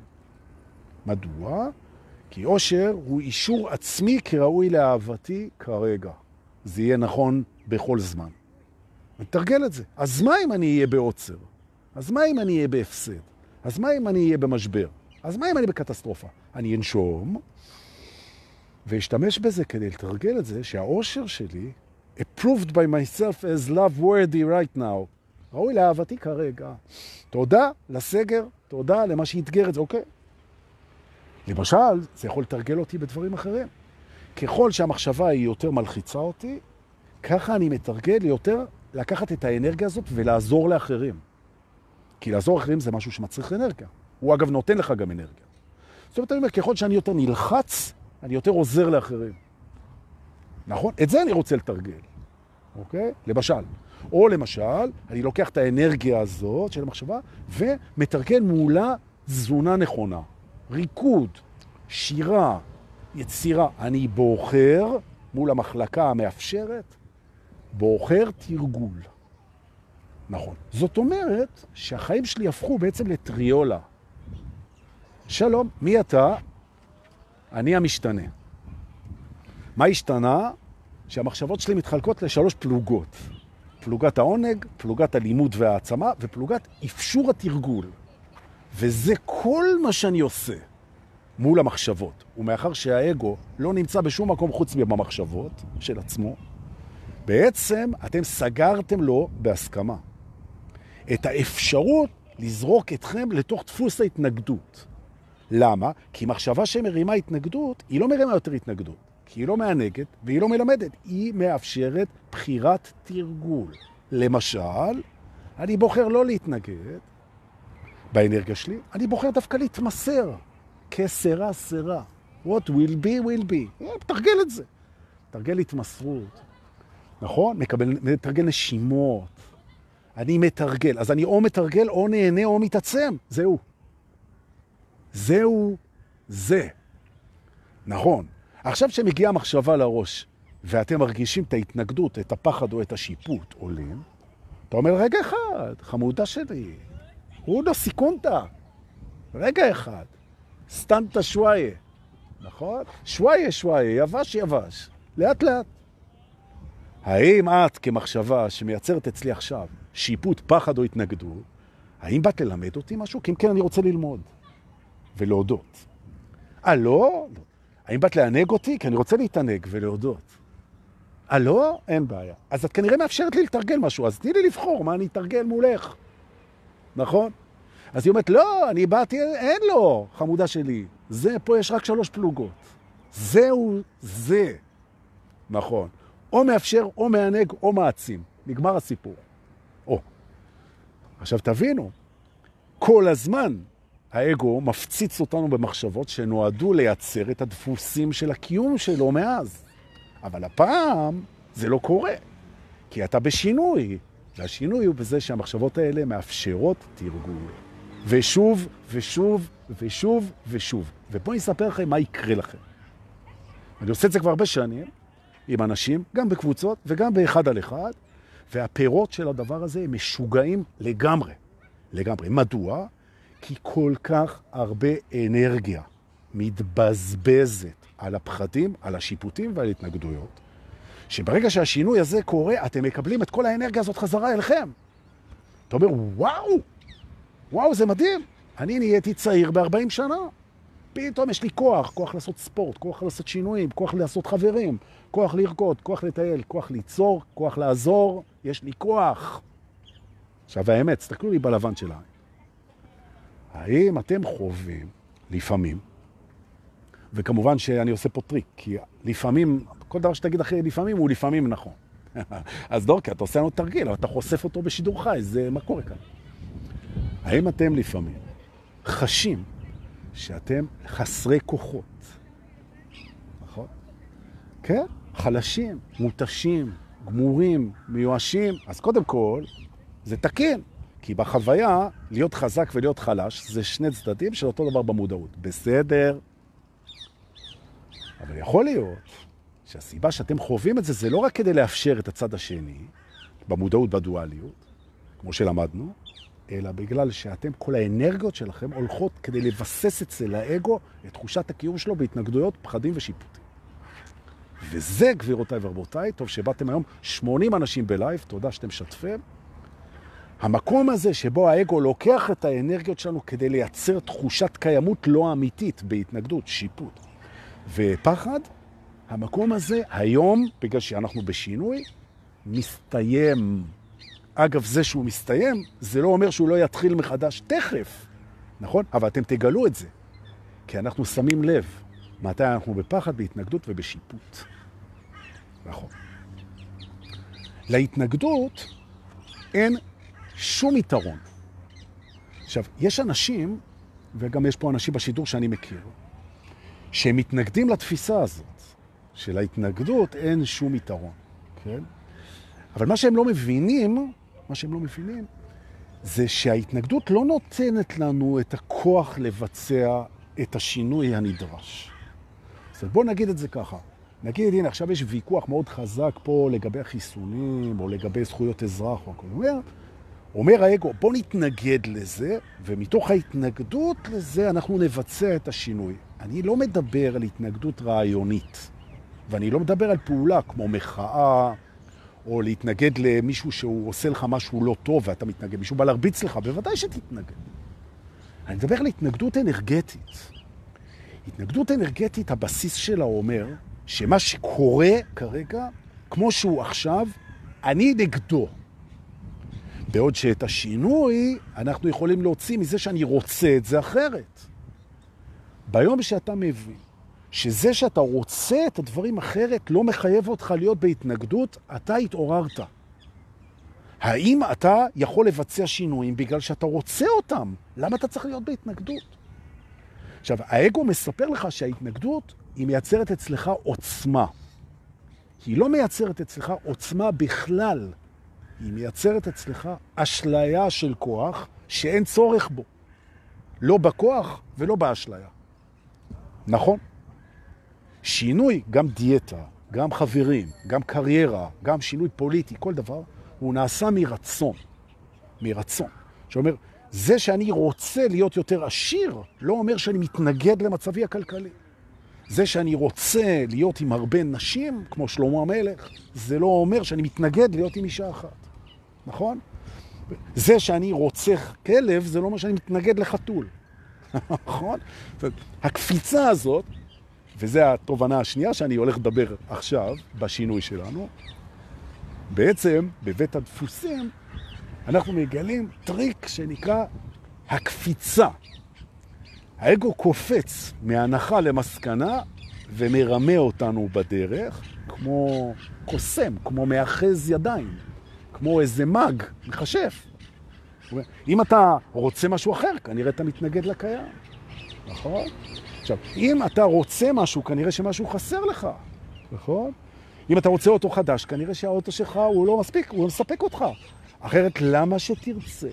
מדוע? כי אושר הוא אישור עצמי כראוי לאהבתי כרגע. זה יהיה נכון בכל זמן. נתרגל את זה. אז מה אם אני אהיה בעוצר? אז מה אם אני אהיה בהפסד? אז מה אם אני אהיה במשבר? אז מה אם אני בקטסטרופה? אני אנשום ואשתמש בזה כדי לתרגל את זה שהאושר שלי approved by myself as love worthy right now. ראוי לאהבתי כרגע. תודה לסגר, תודה למה שיתגר את זה, אוקיי? למשל, זה יכול לתרגל אותי בדברים אחרים. ככל שהמחשבה היא יותר מלחיצה אותי, ככה אני מתרגל יותר לקחת את האנרגיה הזאת ולעזור לאחרים. כי לעזור לאחרים זה משהו שמצריך אנרגיה. הוא אגב נותן לך גם אנרגיה. זאת אומרת, אני אומר, ככל שאני יותר נלחץ, אני יותר עוזר לאחרים. נכון? את זה אני רוצה לתרגל. אוקיי? למשל. או למשל, אני לוקח את האנרגיה הזאת של המחשבה ומתרגל מולה תזונה נכונה. ריקוד, שירה, יצירה. אני בוחר מול המחלקה המאפשרת בוחר תרגול. נכון. זאת אומרת שהחיים שלי הפכו בעצם לטריולה. שלום, מי אתה? אני המשתנה. מה השתנה? שהמחשבות שלי מתחלקות לשלוש פלוגות. פלוגת העונג, פלוגת הלימוד והעצמה, ופלוגת אפשור התרגול. וזה כל מה שאני עושה מול המחשבות. ומאחר שהאגו לא נמצא בשום מקום חוץ במחשבות של עצמו, בעצם אתם סגרתם לו בהסכמה את האפשרות לזרוק אתכם לתוך דפוס ההתנגדות. למה? כי מחשבה שמרימה התנגדות, היא לא מרימה יותר התנגדות. כי היא לא מענגת והיא לא מלמדת. היא מאפשרת בחירת תרגול. למשל, אני בוחר לא להתנגד באנרגיה שלי, אני בוחר דווקא להתמסר. כסרה סרה. What will be will be. תרגל את זה. תרגל התמסרות. נכון? מקבל, מתרגל נשימות. אני מתרגל. אז אני או מתרגל או נהנה או מתעצם. זהו. זהו זה. נכון. עכשיו שמגיעה מחשבה לראש, ואתם מרגישים את ההתנגדות, את הפחד או את השיפוט עולים, אתה אומר, רגע אחד, חמודה שלי, הוא לא סיכונתה. רגע אחד. סטנטה שוואיה. נכון? שוואיה שוואיה, יבש יבש. לאט לאט. האם את כמחשבה שמייצרת אצלי עכשיו שיפוט, פחד או התנגדות, האם באת ללמד אותי משהו? כי אם כן אני רוצה ללמוד ולהודות. אה לא? האם באת לענג אותי? כי אני רוצה להתענג ולהודות. אה לא? אין בעיה. אז את כנראה מאפשרת לי לתרגל משהו, אז תני לי לבחור מה אני אתרגל מולך. נכון? אז היא אומרת, לא, אני באתי, אין לו, חמודה שלי. זה, פה יש רק שלוש פלוגות. זהו זה. נכון. או מאפשר, או מענג, או מעצים. נגמר הסיפור. או. עכשיו תבינו, כל הזמן האגו מפציץ אותנו במחשבות שנועדו לייצר את הדפוסים של הקיום שלו מאז. אבל הפעם זה לא קורה. כי אתה בשינוי. והשינוי הוא בזה שהמחשבות האלה מאפשרות תרגול. ושוב, ושוב, ושוב, ושוב. ופה אני אספר לכם מה יקרה לכם. אני עושה את זה כבר הרבה שנים, עם אנשים, גם בקבוצות וגם באחד על אחד, והפירות של הדבר הזה הם משוגעים לגמרי. לגמרי. מדוע? כי כל כך הרבה אנרגיה מתבזבזת על הפחדים, על השיפוטים ועל התנגדויות, שברגע שהשינוי הזה קורה, אתם מקבלים את כל האנרגיה הזאת חזרה אליכם. אתה אומר, וואו, וואו, זה מדהים. אני נהייתי צעיר ב-ארבעים שנה. פתאום יש לי כוח, כוח לעשות ספורט, כוח לעשות שינויים, כוח לעשות חברים, כוח לרקוד, כוח לטייל, כוח ליצור, כוח לעזור, יש לי כוח. עכשיו האמת, תסתכלו לי בלבן של העין. האם אתם חווים לפעמים, וכמובן שאני עושה פה טריק, כי לפעמים, כל דבר שתגיד אחרי לפעמים הוא לפעמים נכון. אז דורקי, אתה עושה לנו תרגיל, אבל אתה חושף אותו בשידור חי, זה מה קורה כאן. האם אתם לפעמים חשים שאתם חסרי כוחות? נכון? כן? חלשים, מותשים, גמורים, מיואשים. אז קודם כל, זה תקין. כי בחוויה, להיות חזק ולהיות חלש, זה שני צדדים של אותו דבר במודעות. בסדר. אבל יכול להיות שהסיבה שאתם חווים את זה, זה לא רק כדי לאפשר את הצד השני, במודעות בדואליות, כמו שלמדנו, אלא בגלל שאתם, כל האנרגיות שלכם הולכות כדי לבסס אצל האגו את תחושת הקיום שלו בהתנגדויות, פחדים ושיפוטים. וזה, גבירותיי ורבותיי, טוב שבאתם היום שמונים אנשים בלייב, תודה שאתם שתפים. המקום הזה שבו האגו לוקח את האנרגיות שלנו כדי לייצר תחושת קיימות לא אמיתית בהתנגדות, שיפוט ופחד, המקום הזה היום, בגלל שאנחנו בשינוי, מסתיים. אגב, זה שהוא מסתיים, זה לא אומר שהוא לא יתחיל מחדש תכף, נכון? אבל אתם תגלו את זה, כי אנחנו שמים לב מתי אנחנו בפחד, בהתנגדות ובשיפוט. נכון. להתנגדות אין שום יתרון. עכשיו, יש אנשים, וגם יש פה אנשים בשידור שאני מכיר, שהם מתנגדים לתפיסה הזאת, של ההתנגדות אין שום יתרון, כן? אבל מה שהם לא מבינים, מה שהם לא מבינים, זה שההתנגדות לא נותנת לנו את הכוח לבצע את השינוי הנדרש. אז בואו נגיד את זה ככה. נגיד, הנה, עכשיו יש ויכוח מאוד חזק פה לגבי החיסונים, או לגבי זכויות אזרח, או הכל. אומר, אומר האגו, בוא נתנגד לזה, ומתוך ההתנגדות לזה אנחנו נבצע את השינוי. אני לא מדבר על התנגדות רעיונית, ואני לא מדבר על פעולה כמו מחאה, או להתנגד למישהו שהוא עושה לך משהו לא טוב, ואתה מתנגד, מישהו בא להרביץ לך, בוודאי שתתנגד. אני מדבר על התנגדות אנרגטית. התנגדות אנרגטית, הבסיס שלה אומר, שמה שקורה כרגע, כמו שהוא עכשיו, אני נגדו. בעוד שאת השינוי אנחנו יכולים להוציא מזה שאני רוצה את זה אחרת. ביום שאתה מבין שזה שאתה רוצה את הדברים אחרת לא מחייב אותך להיות בהתנגדות, אתה התעוררת. האם אתה יכול לבצע שינויים בגלל שאתה רוצה אותם? למה אתה צריך להיות בהתנגדות? עכשיו, האגו מספר לך שההתנגדות היא מייצרת אצלך עוצמה. היא לא מייצרת אצלך עוצמה בכלל. היא מייצרת אצלך אשליה של כוח שאין צורך בו. לא בכוח ולא באשליה. נכון? שינוי, גם דיאטה, גם חברים, גם קריירה, גם שינוי פוליטי, כל דבר, הוא נעשה מרצון. מרצון. שאומר, זה שאני רוצה להיות יותר עשיר, לא אומר שאני מתנגד למצבי הכלכלי. זה שאני רוצה להיות עם הרבה נשים, כמו שלמה המלך, זה לא אומר שאני מתנגד להיות עם אישה אחת. נכון? זה שאני רוצה כלב, זה לא אומר שאני מתנגד לחתול. נכון? הקפיצה הזאת, וזו התובנה השנייה שאני הולך לדבר עכשיו, בשינוי שלנו, בעצם, בבית הדפוסים, אנחנו מגלים טריק שנקרא הקפיצה. האגו קופץ מהנחה למסקנה ומרמה אותנו בדרך, כמו קוסם, כמו מאחז ידיים, כמו איזה מג, מחשף. אם אתה רוצה משהו אחר, כנראה אתה מתנגד לקיים. נכון? עכשיו, אם אתה רוצה משהו, כנראה שמשהו חסר לך. נכון? אם אתה רוצה אוטו חדש, כנראה שהאוטו שלך הוא לא מספיק, הוא לא מספק אותך. אחרת, למה שתרצה?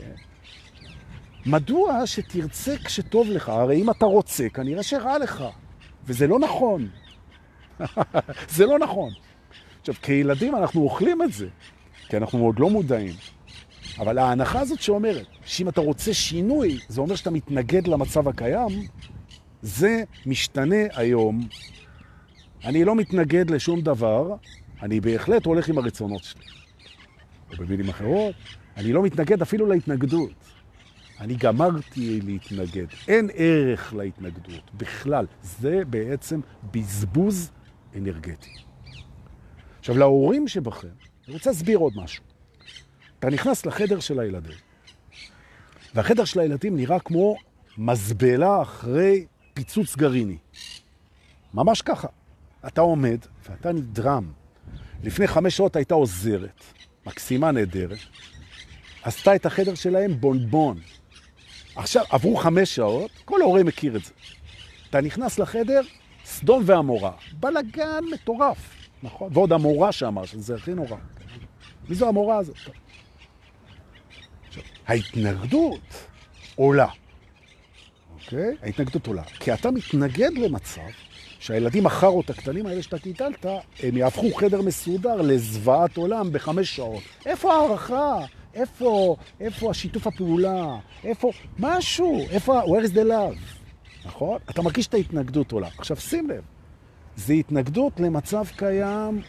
מדוע שתרצה כשטוב לך? הרי אם אתה רוצה, כנראה שרע לך. וזה לא נכון. זה לא נכון. עכשיו, כילדים אנחנו אוכלים את זה, כי אנחנו עוד לא מודעים. אבל ההנחה הזאת שאומרת, שאם אתה רוצה שינוי, זה אומר שאתה מתנגד למצב הקיים, זה משתנה היום. אני לא מתנגד לשום דבר, אני בהחלט הולך עם הרצונות שלי. או במילים אחרות, אני לא מתנגד אפילו להתנגדות. אני גמרתי להתנגד. אין ערך להתנגדות. בכלל, זה בעצם בזבוז אנרגטי. עכשיו, להורים שבכם, אני רוצה להסביר עוד משהו. אתה נכנס לחדר של הילדים, והחדר של הילדים נראה כמו מזבלה אחרי פיצוץ גרעיני. ממש ככה. אתה עומד ואתה נדרם. לפני חמש שעות הייתה עוזרת, מקסימה נהדרת, עשתה את החדר שלהם בונבון. עכשיו, עברו חמש שעות, כל ההורה מכיר את זה. אתה נכנס לחדר, סדום והמורה. בלגן מטורף, נכון? ועוד המורה שאמר, שזה הכי נורא. מי זו המורה הזאת? עכשיו, ההתנגדות עולה. אוקיי? ההתנגדות עולה. כי אתה מתנגד למצב שהילדים אחרות הקטנים האלה שאתה קיטלת, הם יהפכו חדר מסודר לזוועת עולם בחמש שעות. איפה הערכה? איפה, איפה השיתוף הפעולה? איפה משהו? איפה, where is the love? נכון? אתה מרגיש את ההתנגדות עולה. עכשיו שים לב, זה התנגדות למצב קיים.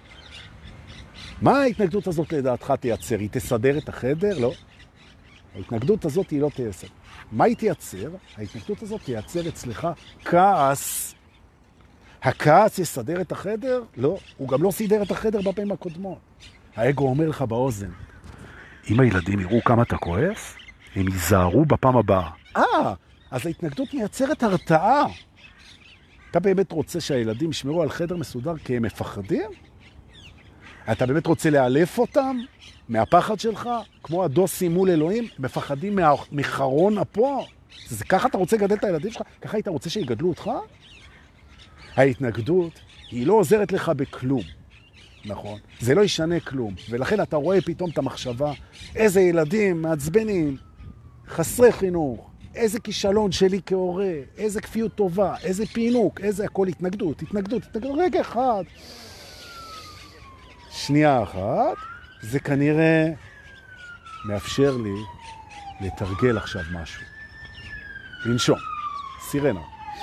מה ההתנגדות הזאת לדעתך תייצר? היא תסדר את החדר? לא. ההתנגדות הזאת היא לא תייצר. מה היא תייצר? ההתנגדות הזאת תייצר אצלך כעס. הכעס יסדר את החדר? לא. הוא גם לא סידר את החדר בפעמים הקודמות. האגו אומר לך באוזן, אם הילדים יראו כמה אתה כועס, הם ייזהרו בפעם הבאה. אה, אז ההתנגדות מייצרת הרתעה. אתה באמת רוצה שהילדים ישמרו על חדר מסודר כי הם מפחדים? אתה באמת רוצה לאלף אותם מהפחד שלך? כמו הדוסים מול אלוהים, מפחדים מחרון אפו? זה ככה אתה רוצה לגדל את הילדים שלך? ככה היית רוצה שיגדלו אותך? ההתנגדות היא לא עוזרת לך בכלום. נכון. זה לא ישנה כלום. ולכן אתה רואה פתאום את המחשבה, איזה ילדים מעצבנים, חסרי חינוך, איזה כישלון שלי כהורה, איזה כפיות טובה, איזה פינוק, איזה הכל התנגדות, התנגדות, התנגדות, רגע אחד. שנייה אחת, זה כנראה מאפשר לי לתרגל עכשיו משהו. לנשום, סירנה.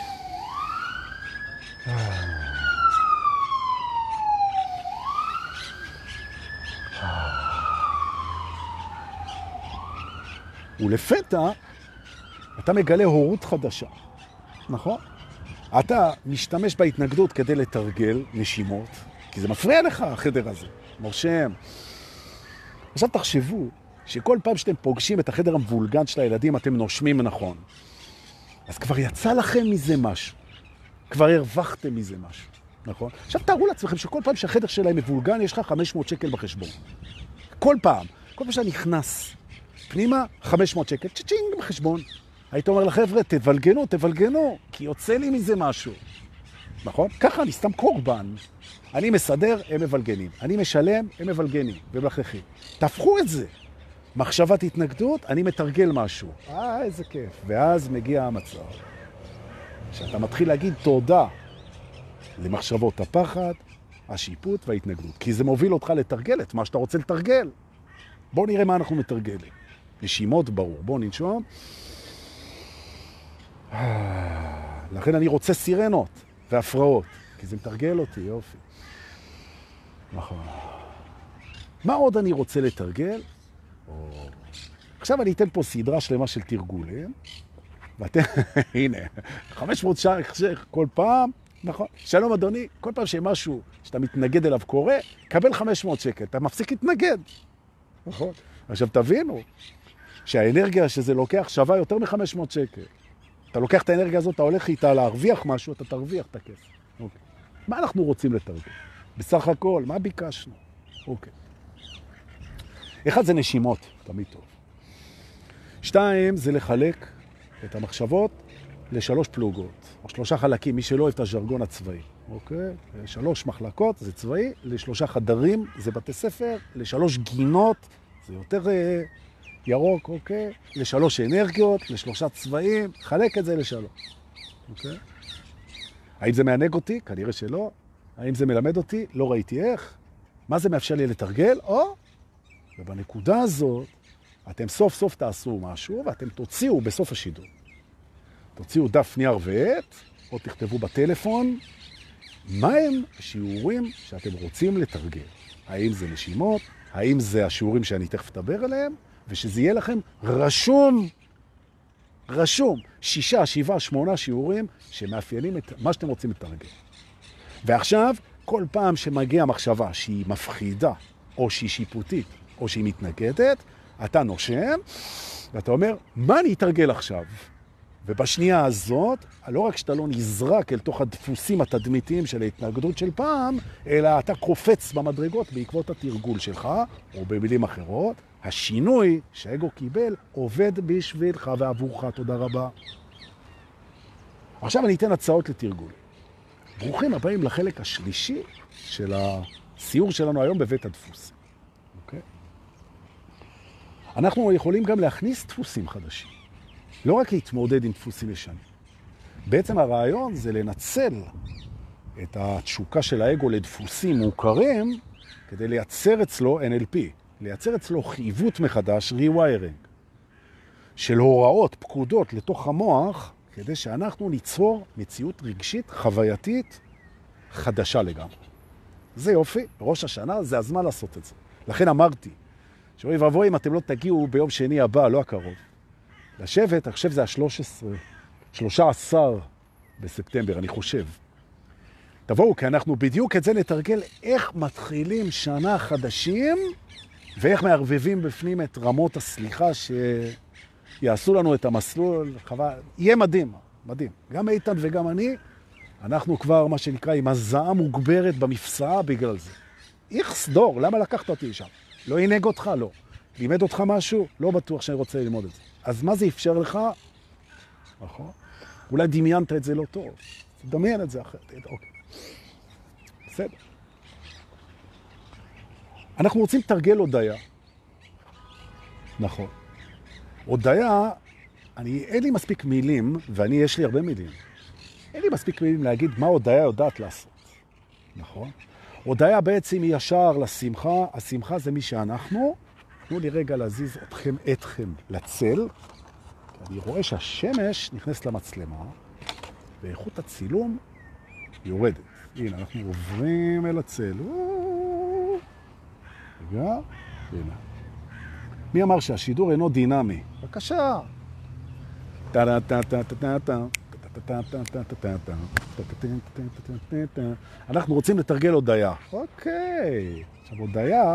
ולפתע אתה מגלה הורות חדשה, נכון? אתה משתמש בהתנגדות כדי לתרגל נשימות, כי זה מפריע לך החדר הזה, מרשם. עכשיו תחשבו שכל פעם שאתם פוגשים את החדר המבולגן של הילדים אתם נושמים נכון. אז כבר יצא לכם מזה משהו, כבר הרווחתם מזה משהו, נכון? עכשיו תארו לעצמכם שכל פעם שהחדר שלהם מבולגן יש לך חמש מאות שקל בחשבון. כל פעם, כל פעם שאתה נכנס פנימה, חמש מאות שקל, צ'צ'ינג בחשבון. היית אומר לחבר'ה, תבלגנו, תבלגנו, כי יוצא לי מזה משהו. נכון? ככה אני סתם קורבן. אני מסדר, הם מבלגנים. אני משלם, הם מבלגנים ומלכלכים. תהפכו את זה. מחשבת התנגדות, אני מתרגל משהו. אה, איזה כיף. ואז מגיע המצב שאתה מתחיל להגיד תודה למחשבות הפחד, השיפוט וההתנגדות. כי זה מוביל אותך לתרגל את מה שאתה רוצה לתרגל. בואו נראה מה אנחנו מתרגלים. נשימות ברור. בואו ננשום. לכן אני רוצה סירנות והפרעות, כי זה מתרגל אותי, יופי. נכון. מה עוד אני רוצה לתרגל? או... עכשיו אני אתן פה סדרה שלמה של תרגולים, ואתם, הנה, חמש מאות ש"ח כל פעם, נכון? שלום אדוני, כל פעם שמשהו שאתה מתנגד אליו קורה, קבל חמש מאות שקל, אתה מפסיק להתנגד. נכון? עכשיו תבינו שהאנרגיה שזה לוקח שווה יותר מ-חמש מאות שקל. אתה לוקח את האנרגיה הזאת, אתה הולך איתה להרוויח משהו, אתה תרוויח את הכסף. אוקיי. מה אנחנו רוצים לתרגל? בסך הכל, מה ביקשנו? אוקיי. אחד זה נשימות, תמיד טוב. שתיים זה לחלק את המחשבות לשלוש פלוגות, או שלושה חלקים, מי שלא אוהב את הז'רגון הצבאי. אוקיי? שלוש מחלקות זה צבאי, לשלושה חדרים זה בתי ספר, לשלוש גינות זה יותר ירוק, אוקיי? לשלוש אנרגיות, לשלושה צבעים, חלק את זה לשלוש. אוקיי? האם זה מענג אותי? כנראה שלא. האם זה מלמד אותי? לא ראיתי איך. מה זה מאפשר לי לתרגל? או, ובנקודה הזאת, אתם סוף סוף תעשו משהו, ואתם תוציאו בסוף השידור. תוציאו דף נייר ועט, או תכתבו בטלפון, מה הם השיעורים שאתם רוצים לתרגל? האם זה נשימות? האם זה השיעורים שאני תכף אדבר עליהם? ושזה יהיה לכם רשום, רשום, שישה, שבעה, שמונה שיעורים שמאפיינים את מה שאתם רוצים לתרגל. ועכשיו, כל פעם שמגיע מחשבה שהיא מפחידה, או שהיא שיפוטית, או שהיא מתנגדת, אתה נושם, ואתה אומר, מה אני אתרגל עכשיו? ובשנייה הזאת, לא רק שאתה לא נזרק אל תוך הדפוסים התדמיתיים של ההתנגדות של פעם, אלא אתה קופץ במדרגות בעקבות התרגול שלך, או במילים אחרות, השינוי שהאגו קיבל עובד בשבילך ועבורך. תודה רבה. עכשיו אני אתן הצעות לתרגול. ברוכים הבאים לחלק השלישי של הסיור שלנו היום בבית הדפוס. אוקיי? אנחנו יכולים גם להכניס דפוסים חדשים. לא רק להתמודד עם דפוסים ישנים. בעצם הרעיון זה לנצל את התשוקה של האגו לדפוסים מוכרים כדי לייצר אצלו אן אל פי, לייצר אצלו חייבות מחדש, rewiring, של הוראות, פקודות לתוך המוח, כדי שאנחנו ניצור מציאות רגשית, חווייתית, חדשה לגמרי. זה יופי, ראש השנה, זה הזמן לעשות את זה. לכן אמרתי, שאוי ואבוי אם אתם לא תגיעו ביום שני הבא, לא הקרוב. לשבת, אני חושב זה ה-שלוש עשרה, שלושה עשר בספטמבר, אני חושב. תבואו, כי אנחנו בדיוק את זה נתרגל איך מתחילים שנה חדשים, ואיך מערבבים בפנים את רמות הסליחה שיעשו לנו את המסלול. חבל, יהיה מדהים, מדהים. גם איתן וגם אני, אנחנו כבר, מה שנקרא, עם הזעה מוגברת במפסעה בגלל זה. איך סדור, למה לקחת אותי שם? לא ינהג אותך, לא. לימד אותך משהו? לא בטוח שאני רוצה ללמוד את זה. אז מה זה אפשר לך? נכון. אולי דמיינת את זה לא טוב. דמיין את זה אחרת. אוקיי. בסדר. אנחנו רוצים תרגל הודיה. נכון. הודיה, אני, אין לי מספיק מילים, ואני, יש לי הרבה מילים. אין לי מספיק מילים להגיד מה הודיה יודעת לעשות. נכון? הודיה בעצם היא ישר לשמחה, השמחה זה מי שאנחנו. תנו לי רגע להזיז אתכם, אתכם לצל. אני רואה שהשמש נכנס למצלמה, ואיכות הצילום יורדת. הנה, אנחנו עוברים אל הצל. רגע, הנה. מי אמר שהשידור אינו דינמי? בבקשה. אנחנו רוצים לתרגל הודיה. אוקיי. עכשיו, הודיה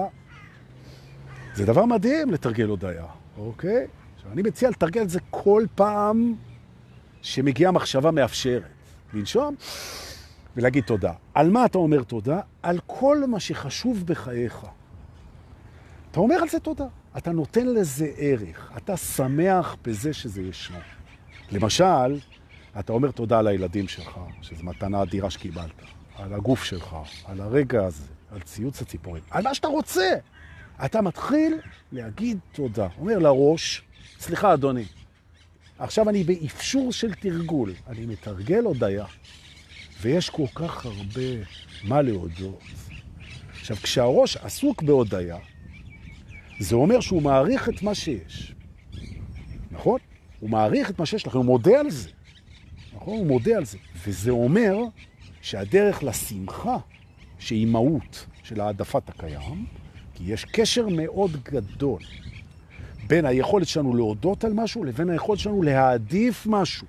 זה דבר מדהים לתרגל הודיה. אוקיי? עכשיו, אני מציע לתרגל את זה כל פעם שמגיעה מחשבה מאפשרת. לנשום ולהגיד תודה. על מה אתה אומר תודה? על כל מה שחשוב בחייך. אתה אומר על זה תודה. אתה נותן לזה ערך. אתה שמח בזה שזה ישנו. למשל, אתה אומר תודה על הילדים שלך, שזו מתנה אדירה שקיבלת, על הגוף שלך, על הרגע הזה, על ציוץ הציפורים, על מה שאתה רוצה. אתה מתחיל להגיד תודה. אומר לראש, סליחה אדוני, עכשיו אני באפשור של תרגול, אני מתרגל הודיה, ויש כל כך הרבה מה להודות. עכשיו, כשהראש עסוק בהודיה, זה אומר שהוא מעריך את מה שיש. נכון? הוא מעריך את מה שיש לכם, הוא מודה על זה. נכון? הוא מודה על זה. וזה אומר שהדרך לשמחה, שהיא מהות של העדפת הקיים, כי יש קשר מאוד גדול בין היכולת שלנו להודות על משהו לבין היכולת שלנו להעדיף משהו.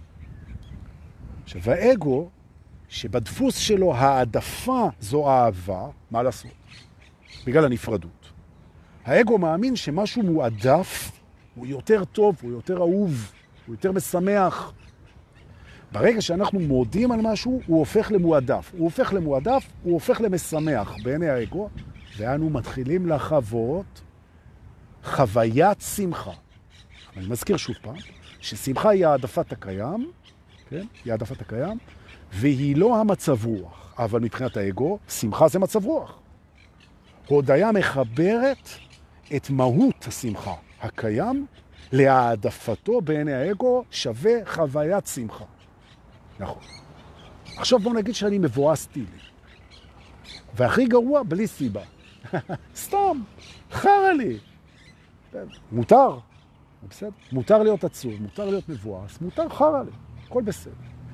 עכשיו, האגו, שבדפוס שלו העדפה זו אהבה, מה לעשות? בגלל הנפרדות. האגו מאמין שמשהו מועדף הוא יותר טוב, הוא יותר אהוב, הוא יותר משמח. ברגע שאנחנו מודים על משהו, הוא הופך למועדף. הוא הופך למועדף, הוא הופך למשמח בעיני האגו, ואנו מתחילים לחוות חוויית שמחה. אני מזכיר שוב פעם, ששמחה היא העדפת הקיים, כן? היא העדפת הקיים, והיא לא המצב רוח. אבל מבחינת האגו, שמחה זה מצב רוח. הודיה מחברת את מהות השמחה הקיים להעדפתו בעיני האגו שווה חוויית שמחה. נכון. עכשיו בוא נגיד שאני מבואס טילי. והכי גרוע, בלי סיבה. סתם, חרה לי. מותר. בסדר? מותר להיות עצוב, מותר להיות מבואס, מותר חרה לי. הכל בסדר.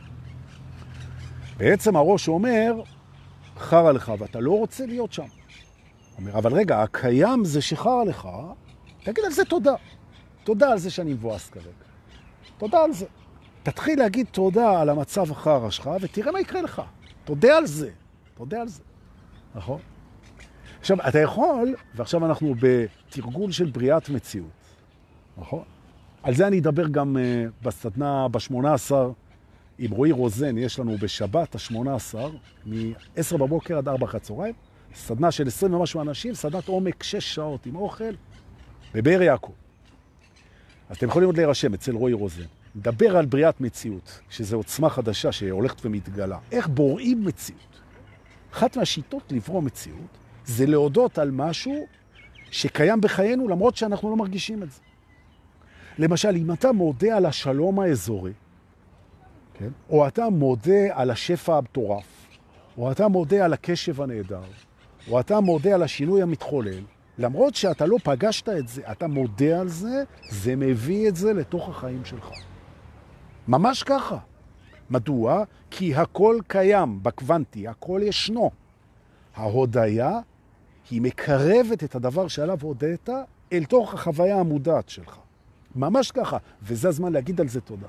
בעצם הראש אומר, חרה לך, ואתה לא רוצה להיות שם. אומר, אבל רגע, הקיים זה שחרה לך, תגיד על זה תודה. תודה על זה שאני מבואס כרגע. תודה על זה. תתחיל להגיד תודה על המצב החרה שלך, ותראה מה יקרה לך. תודה על זה. תודה על זה. נכון? עכשיו, אתה יכול, ועכשיו אנחנו בתרגול של בריאת מציאות. נכון? על זה אני אדבר גם uh, בסדנה ב-שמונה עשר עם רועי רוזן. יש לנו בשבת ה-שמונה עשר, מ-עשר בבוקר עד ארבע אחר הצהריים. סדנה של עשרים ומשהו אנשים, סדנת עומק שש שעות עם אוכל, בבאר יעקב. אז אתם יכולים עוד להירשם אצל רועי רוזן. נדבר על בריאת מציאות, שזה עוצמה חדשה שהולכת ומתגלה. איך בוראים מציאות? אחת מהשיטות לברוא מציאות, זה להודות על משהו שקיים בחיינו, למרות שאנחנו לא מרגישים את זה. למשל, אם אתה מודה על השלום האזורי, כן? או אתה מודה על השפע המטורף, או אתה מודה על הקשב הנהדר, או אתה מודה על השינוי המתחולל, למרות שאתה לא פגשת את זה, אתה מודה על זה, זה מביא את זה לתוך החיים שלך. ממש ככה. מדוע? כי הכל קיים בקוונטי, הכל ישנו. ההודיה היא מקרבת את הדבר שעליו הודית אל תוך החוויה המודעת שלך. ממש ככה. וזה הזמן להגיד על זה תודה.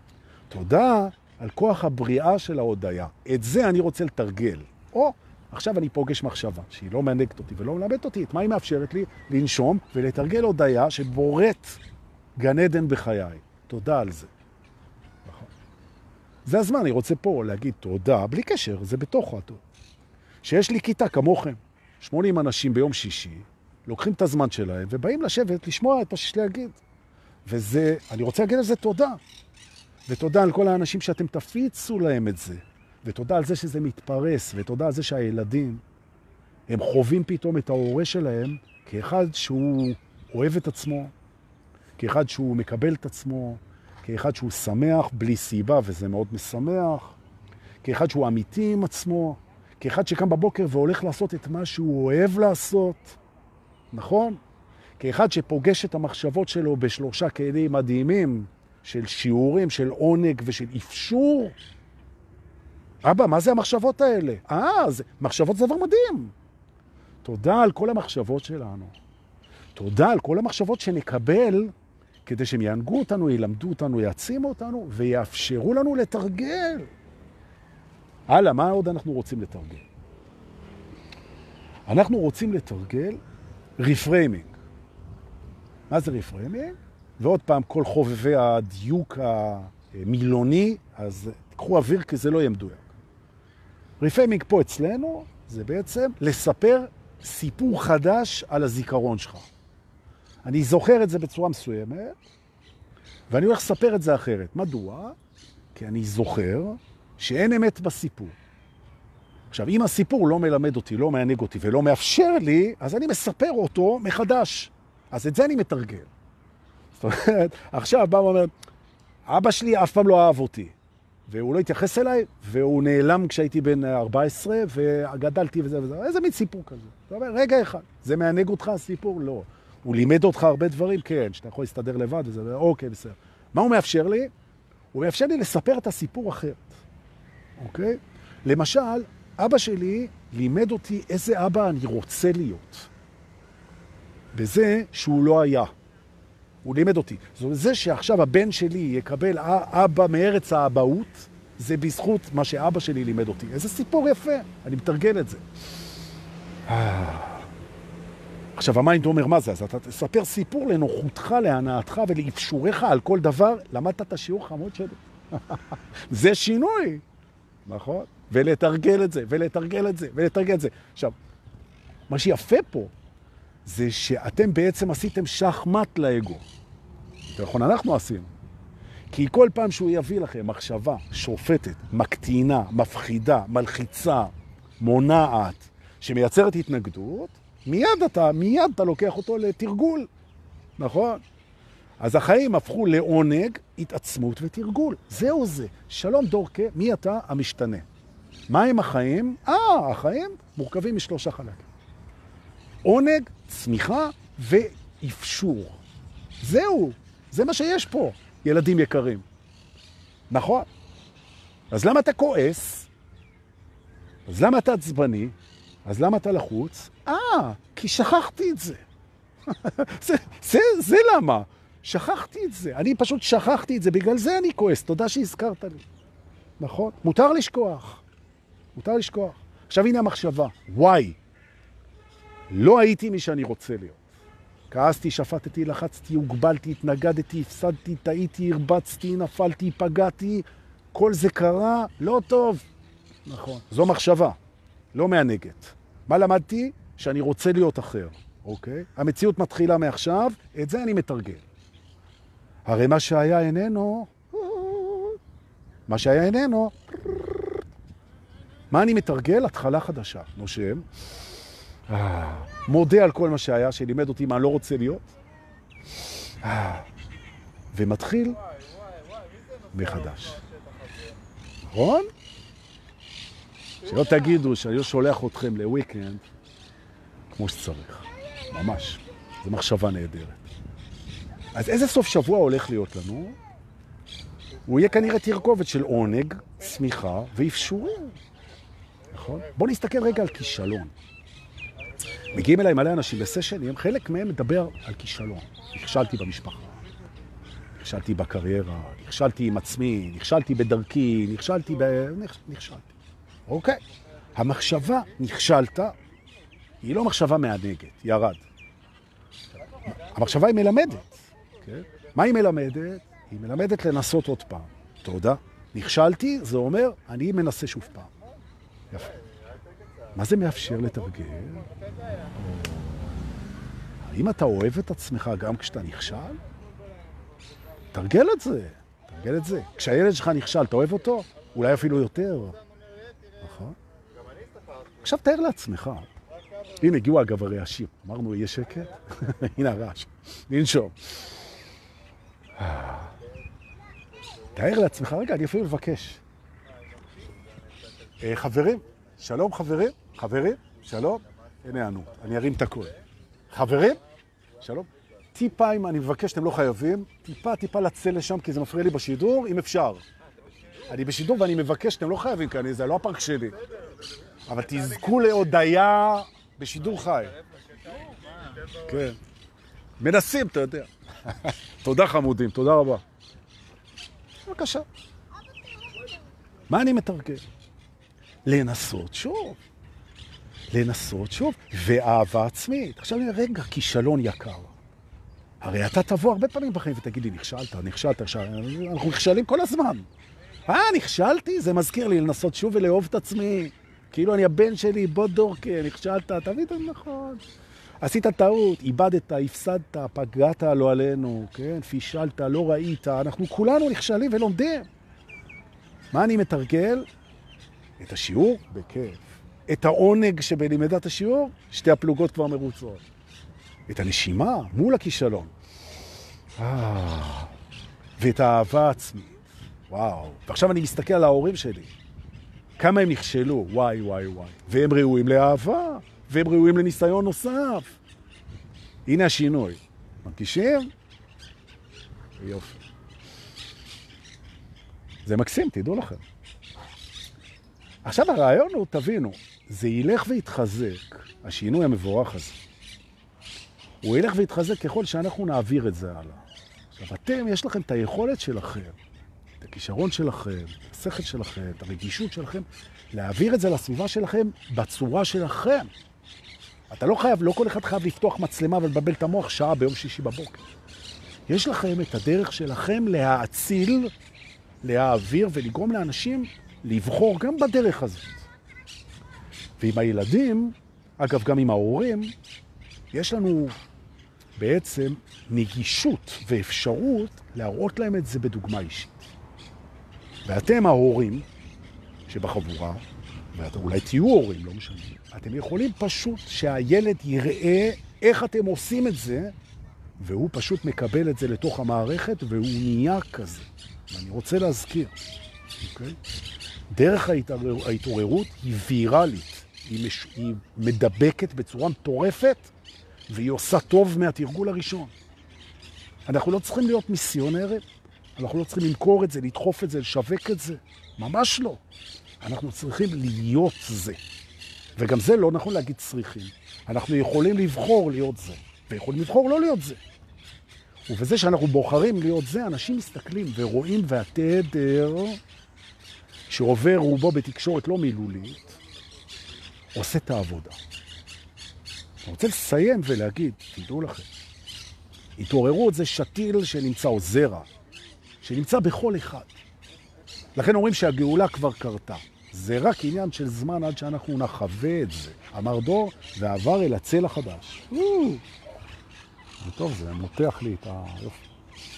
תודה על כוח הבריאה של ההודיה. את זה אני רוצה לתרגל. או, עכשיו אני פוגש מחשבה שהיא לא מענגת אותי ולא מלמדת אותי. את מה היא מאפשרת לי? לנשום ולתרגל הודיה שבורט גן עדן בחיי. תודה על זה. נכון. זה הזמן, אני רוצה פה להגיד תודה, בלי קשר, זה בתוך אותו. שיש לי כיתה כמוכם, שמונים אנשים ביום שישי, לוקחים את הזמן שלהם ובאים לשבת לשמוע את מה שיש להגיד. וזה, אני רוצה להגיד על זה תודה. ותודה על כל האנשים שאתם תפיצו להם את זה. ותודה על זה שזה מתפרס, ותודה על זה שהילדים, הם חווים פתאום את ההורה שלהם כאחד שהוא אוהב את עצמו, כאחד שהוא מקבל את עצמו, כאחד שהוא שמח בלי סיבה, וזה מאוד משמח, כאחד שהוא אמיתי עם עצמו, כאחד שקם בבוקר והולך לעשות את מה שהוא אוהב לעשות, נכון? כאחד שפוגש את המחשבות שלו בשלושה כלים מדהימים, של שיעורים, של עונג ושל אפשור. אבא, מה זה המחשבות האלה? אה, זה, מחשבות זה דבר מדהים. תודה על כל המחשבות שלנו. תודה על כל המחשבות שנקבל, כדי שהם יענגו אותנו, ילמדו אותנו, יעצימו אותנו, ויאפשרו לנו לתרגל. הלאה, מה עוד אנחנו רוצים לתרגל? אנחנו רוצים לתרגל רפריימינג. מה זה רפריימינג? ועוד פעם, כל חובבי הדיוק המילוני, אז תקחו אוויר כי זה לא יהיה מדויק. רפריימינג פה אצלנו זה בעצם לספר סיפור חדש על הזיכרון שלך. אני זוכר את זה בצורה מסוימת, ואני הולך לספר את זה אחרת. מדוע? כי אני זוכר שאין אמת בסיפור. עכשיו, אם הסיפור לא מלמד אותי, לא מענג אותי ולא מאפשר לי, אז אני מספר אותו מחדש. אז את זה אני מתרגל. זאת אומרת, עכשיו בא ואומר, אבא שלי אף פעם לא אהב אותי, והוא לא התייחס אליי, והוא נעלם כשהייתי בן ארבע עשרה, וגדלתי וזה וזה. איזה מין סיפור כזה? אתה אומר, רגע אחד, זה מענג אותך הסיפור? לא. הוא לימד אותך הרבה דברים? כן, שאתה יכול להסתדר לבד וזה, אוקיי, בסדר. מה הוא מאפשר לי? הוא מאפשר לי לספר את הסיפור אחרת. אוקיי? למשל, אבא שלי לימד אותי איזה אבא אני רוצה להיות. בזה שהוא לא היה. הוא לימד אותי. זאת זה שעכשיו הבן שלי יקבל אבא מארץ האבאות, זה בזכות מה שאבא שלי לימד אותי. איזה סיפור יפה. אני מתרגל את זה. עכשיו, המיינד אומר מה זה? אז אתה תספר סיפור לנוחותך, להנאתך ולאפשורך על כל דבר. למדת את השיעור חמוד שלי. זה שינוי. נכון? ולתרגל את זה, ולתרגל את זה, ולתרגל את זה. עכשיו, מה שיפה פה, זה שאתם בעצם עשיתם שחמט לאגו. נכון, אנחנו עשינו. כי כל פעם שהוא יביא לכם מחשבה שופטת, מקטינה, מפחידה, מלחיצה, מונעת, שמייצרת התנגדות, מיד אתה, מיד אתה לוקח אותו לתרגול. נכון? אז החיים הפכו לעונג, התעצמות ותרגול. זהו זה. שלום דורקה, מי אתה? המשתנה. מה הם החיים? אה, החיים מורכבים משלושה חלקים. עונג, צמיחה ואפשור. זהו, זה מה שיש פה, ילדים יקרים. נכון? אז למה אתה כועס? אז למה אתה עצבני? אז למה אתה לחוץ? אה, כי שכחתי את זה. זה, זה, זה למה? שכחתי את זה. אני פשוט שכחתי את זה, בגלל זה אני כועס. תודה שהזכרת לי. נכון? מותר לשכוח. מותר לשכוח. עכשיו הנה המחשבה. וואי. לא הייתי מי שאני רוצה להיות. כעסתי, שפטתי, לחצתי, הוגבלתי, התנגדתי, הפסדתי, טעיתי, הרבצתי, נפלתי, פגעתי. כל זה קרה לא טוב. נכון. זו מחשבה. לא מענגת. מה למדתי? שאני רוצה להיות אחר. אוקיי? המציאות מתחילה מעכשיו, את זה אני מתרגל. הרי מה שהיה איננו, מה שהיה איננו, מה אני מתרגל? התחלה חדשה. נושם. מודה על כל מה שהיה, שלימד אותי מה לא רוצה להיות. ומתחיל מחדש. נכון? שלא תגידו שאני שולח אתכם לוויקנד כמו שצריך. ממש. זו מחשבה נהדרת. אז איזה סוף שבוע הולך להיות לנו? הוא יהיה כנראה תרכובת של עונג, צמיחה ואפשורים. נכון? בואו נסתכל רגע על כישלון. מגיעים אליי מלא אנשים בסשנים, חלק מהם מדבר על כישלון. נכשלתי במשפחה, נכשלתי בקריירה, נכשלתי עם עצמי, נכשלתי בדרכי, נכשלתי ב... נכשלתי. אוקיי. המחשבה נכשלת, היא לא מחשבה מענגת, ירד. המחשבה היא מלמדת. כן? מה היא מלמדת? היא מלמדת לנסות עוד פעם. תודה. נכשלתי, זה אומר, אני מנסה שוב פעם. יפה. מה זה מאפשר לתרגל? האם אתה אוהב את עצמך גם כשאתה נכשל? תרגל את זה. תרגל את זה. כשהילד שלך נכשל, אתה אוהב אותו? אולי אפילו יותר. נכון? עכשיו תאר לעצמך. הנה, הגיעו אגב הרעשים. אמרנו, יהיה שקט? הנה הרעש. ננשום. תאר לעצמך, רגע, אני אפילו מבקש. אה, חברים, שלום חברים, חברים, שלום, הנה ענו, אני ארים את הכל. חברים, שלום, טיפה אם אני מבקש, אתם לא חייבים, טיפה טיפה לצא לשם, כי זה מפריע לי בשידור, אם אפשר. אני בשידור ואני מבקש, אתם לא חייבים כאן, זה לא הפרק שלי. אבל תזכו להודיה בשידור חי. כן. מנסים, אתה יודע. תודה חמודים, תודה רבה. בבקשה. מה אני מתרגל? לנסות שוב. לנסות שוב. ואהבה עצמית. עכשיו אני רגע, כישלון יקר. הרי אתה תבוא הרבה פעמים בחיים ותגיד לי, נכשלת, נכשלת, אנחנו נכשלים כל הזמן. אה, נכשלתי? זה מזכיר לי לנסות שוב ולאהוב את עצמי. כאילו אני הבן שלי, בוא דורקה, נכשלת, תמיד נכון. עשית טעות, איבדת, הפסדת, פגעת לא עלינו, כן? פישלת, לא ראית, אנחנו כולנו נכשלים ולומדים. מה אני מתרגל? את השיעור? בכיף. את העונג שבלימדת השיעור? שתי הפלוגות כבר מרוצות. את הנשימה מול הכישלון. אה, ואת האהבה העצמית. וואו. ועכשיו אני מסתכל על ההורים שלי. כמה הם נכשלו, וואי, וואי, וואי. והם ראויים לאהבה, והם ראויים לניסיון נוסף. הנה השינוי. מרגישים? יופי. זה מקסים, תדעו לכם. עכשיו הרעיון הוא, תבינו, זה ילך ויתחזק, השינוי המבורך הזה. הוא ילך ויתחזק ככל שאנחנו נעביר את זה הלאה. עכשיו, אתם, יש לכם את היכולת שלכם, את הכישרון שלכם, את השכל שלכם, את הרגישות שלכם, להעביר את זה לסביבה שלכם בצורה שלכם. אתה לא חייב, לא כל אחד חייב לפתוח מצלמה ולבבל את המוח שעה ביום שישי בבוקר. יש לכם את הדרך שלכם להאציל, להעביר ולגרום לאנשים לבחור גם בדרך הזאת. ועם הילדים, אגב גם עם ההורים, יש לנו בעצם נגישות ואפשרות להראות להם את זה בדוגמה אישית. ואתם ההורים שבחבורה, ואתם אולי תהיו הורים, לא משנה, אתם יכולים פשוט שהילד יראה איך אתם עושים את זה, והוא פשוט מקבל את זה לתוך המערכת, והוא נהיה כזה. ואני רוצה להזכיר, אוקיי? דרך ההתעורר, ההתעוררות היא ויראלית, היא, מש... היא מדבקת בצורה מטורפת, והיא עושה טוב מהתרגול הראשון. אנחנו לא צריכים להיות מיסיונרים, אנחנו לא צריכים למכור את זה, לדחוף את זה, לשווק את זה. ממש לא. אנחנו צריכים להיות זה. וגם זה לא נכון להגיד צריכים. אנחנו יכולים לבחור להיות זה, ויכולים לבחור לא להיות זה. ובזה שאנחנו בוחרים להיות זה, אנשים מסתכלים ורואים, והתדר שעובר רובו בתקשורת לא מילולית, עושה את העבודה. אני רוצה לסיים ולהגיד, תדעו לכם, התעוררות זה שתיל שנמצא, או זרע, שנמצא בכל אחד. לכן אומרים שהגאולה כבר קרתה. זה רק עניין של זמן עד שאנחנו נחווה את זה. אמר דור, ועבר אל הצל החדש. טוב, זה מותח לי את היופי.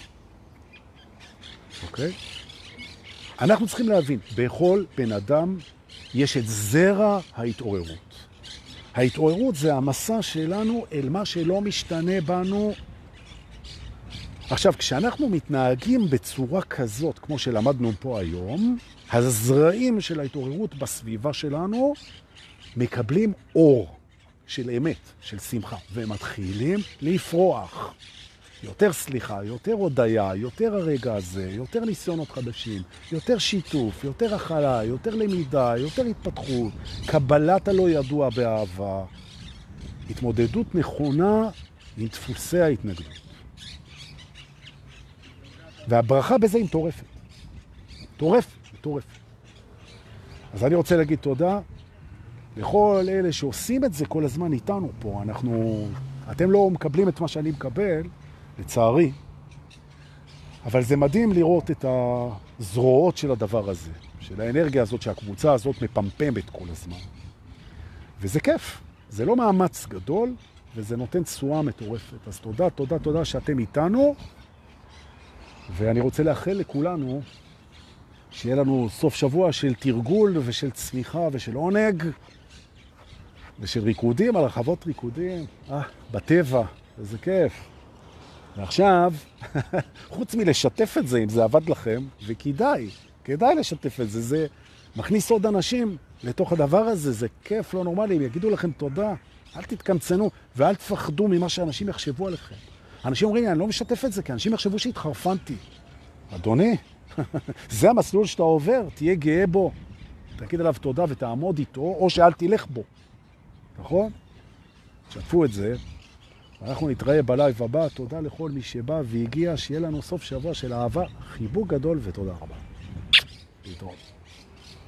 אוקיי? אנחנו צריכים להבין, בכל בן אדם יש את זרע ההתעוררות. ההתעוררות זה המסע שלנו אל מה שלא משתנה בנו. עכשיו, כשאנחנו מתנהגים בצורה כזאת, כמו שלמדנו פה היום, הזרעים של ההתעוררות בסביבה שלנו מקבלים אור של אמת, של שמחה, והם מתחילים לפרוח. יותר סליחה, יותר הודיה, יותר הרגע הזה, יותר ניסיונות חדשים, יותר שיתוף, יותר הכלה, יותר למידה, יותר התפתחות, קבלת הלא ידוע באהבה, התמודדות נכונה עם דפוסי ההתנגדות. והברכה בזה היא מטורפת. מטורפת, מטורפת. אז אני רוצה להגיד תודה לכל אלה שעושים את זה כל הזמן איתנו פה. אנחנו, אתם לא מקבלים את מה שאני מקבל, לצערי, אבל זה מדהים לראות את הזרועות של הדבר הזה, של האנרגיה הזאת שהקבוצה הזאת מפמפמת כל הזמן. וזה כיף, זה לא מאמץ גדול, וזה נותן תשואה מטורפת. אז תודה, תודה, תודה שאתם איתנו, ואני רוצה לאחל לכולנו שיהיה לנו סוף שבוע של תרגול ושל צמיחה ושל עונג, ושל ריקודים על רחבות ריקודים, אה, בטבע, וזה כיף. ועכשיו, חוץ מלשתף את זה, אם זה עבד לכם, וכדאי, כדאי לשתף את זה, זה מכניס עוד אנשים לתוך הדבר הזה, זה כיף לא נורמלי, הם יגידו לכם תודה, אל תתקמצנו, ואל תפחדו ממה שאנשים יחשבו עליכם. אנשים אומרים, אני לא משתף את זה, כי אנשים יחשבו שהתחרפנתי. אדוני, זה המסלול שאתה עובר, תהיה גאה בו, תגיד עליו תודה ותעמוד איתו, או שאל תלך בו. נכון? שתפו את זה. אנחנו נתראה בלייב הבא. תודה לכל מי שבא והגיע, שיהיה לנו סוף שבוע של אהבה, חיבוק גדול ותודה רבה. להתראות.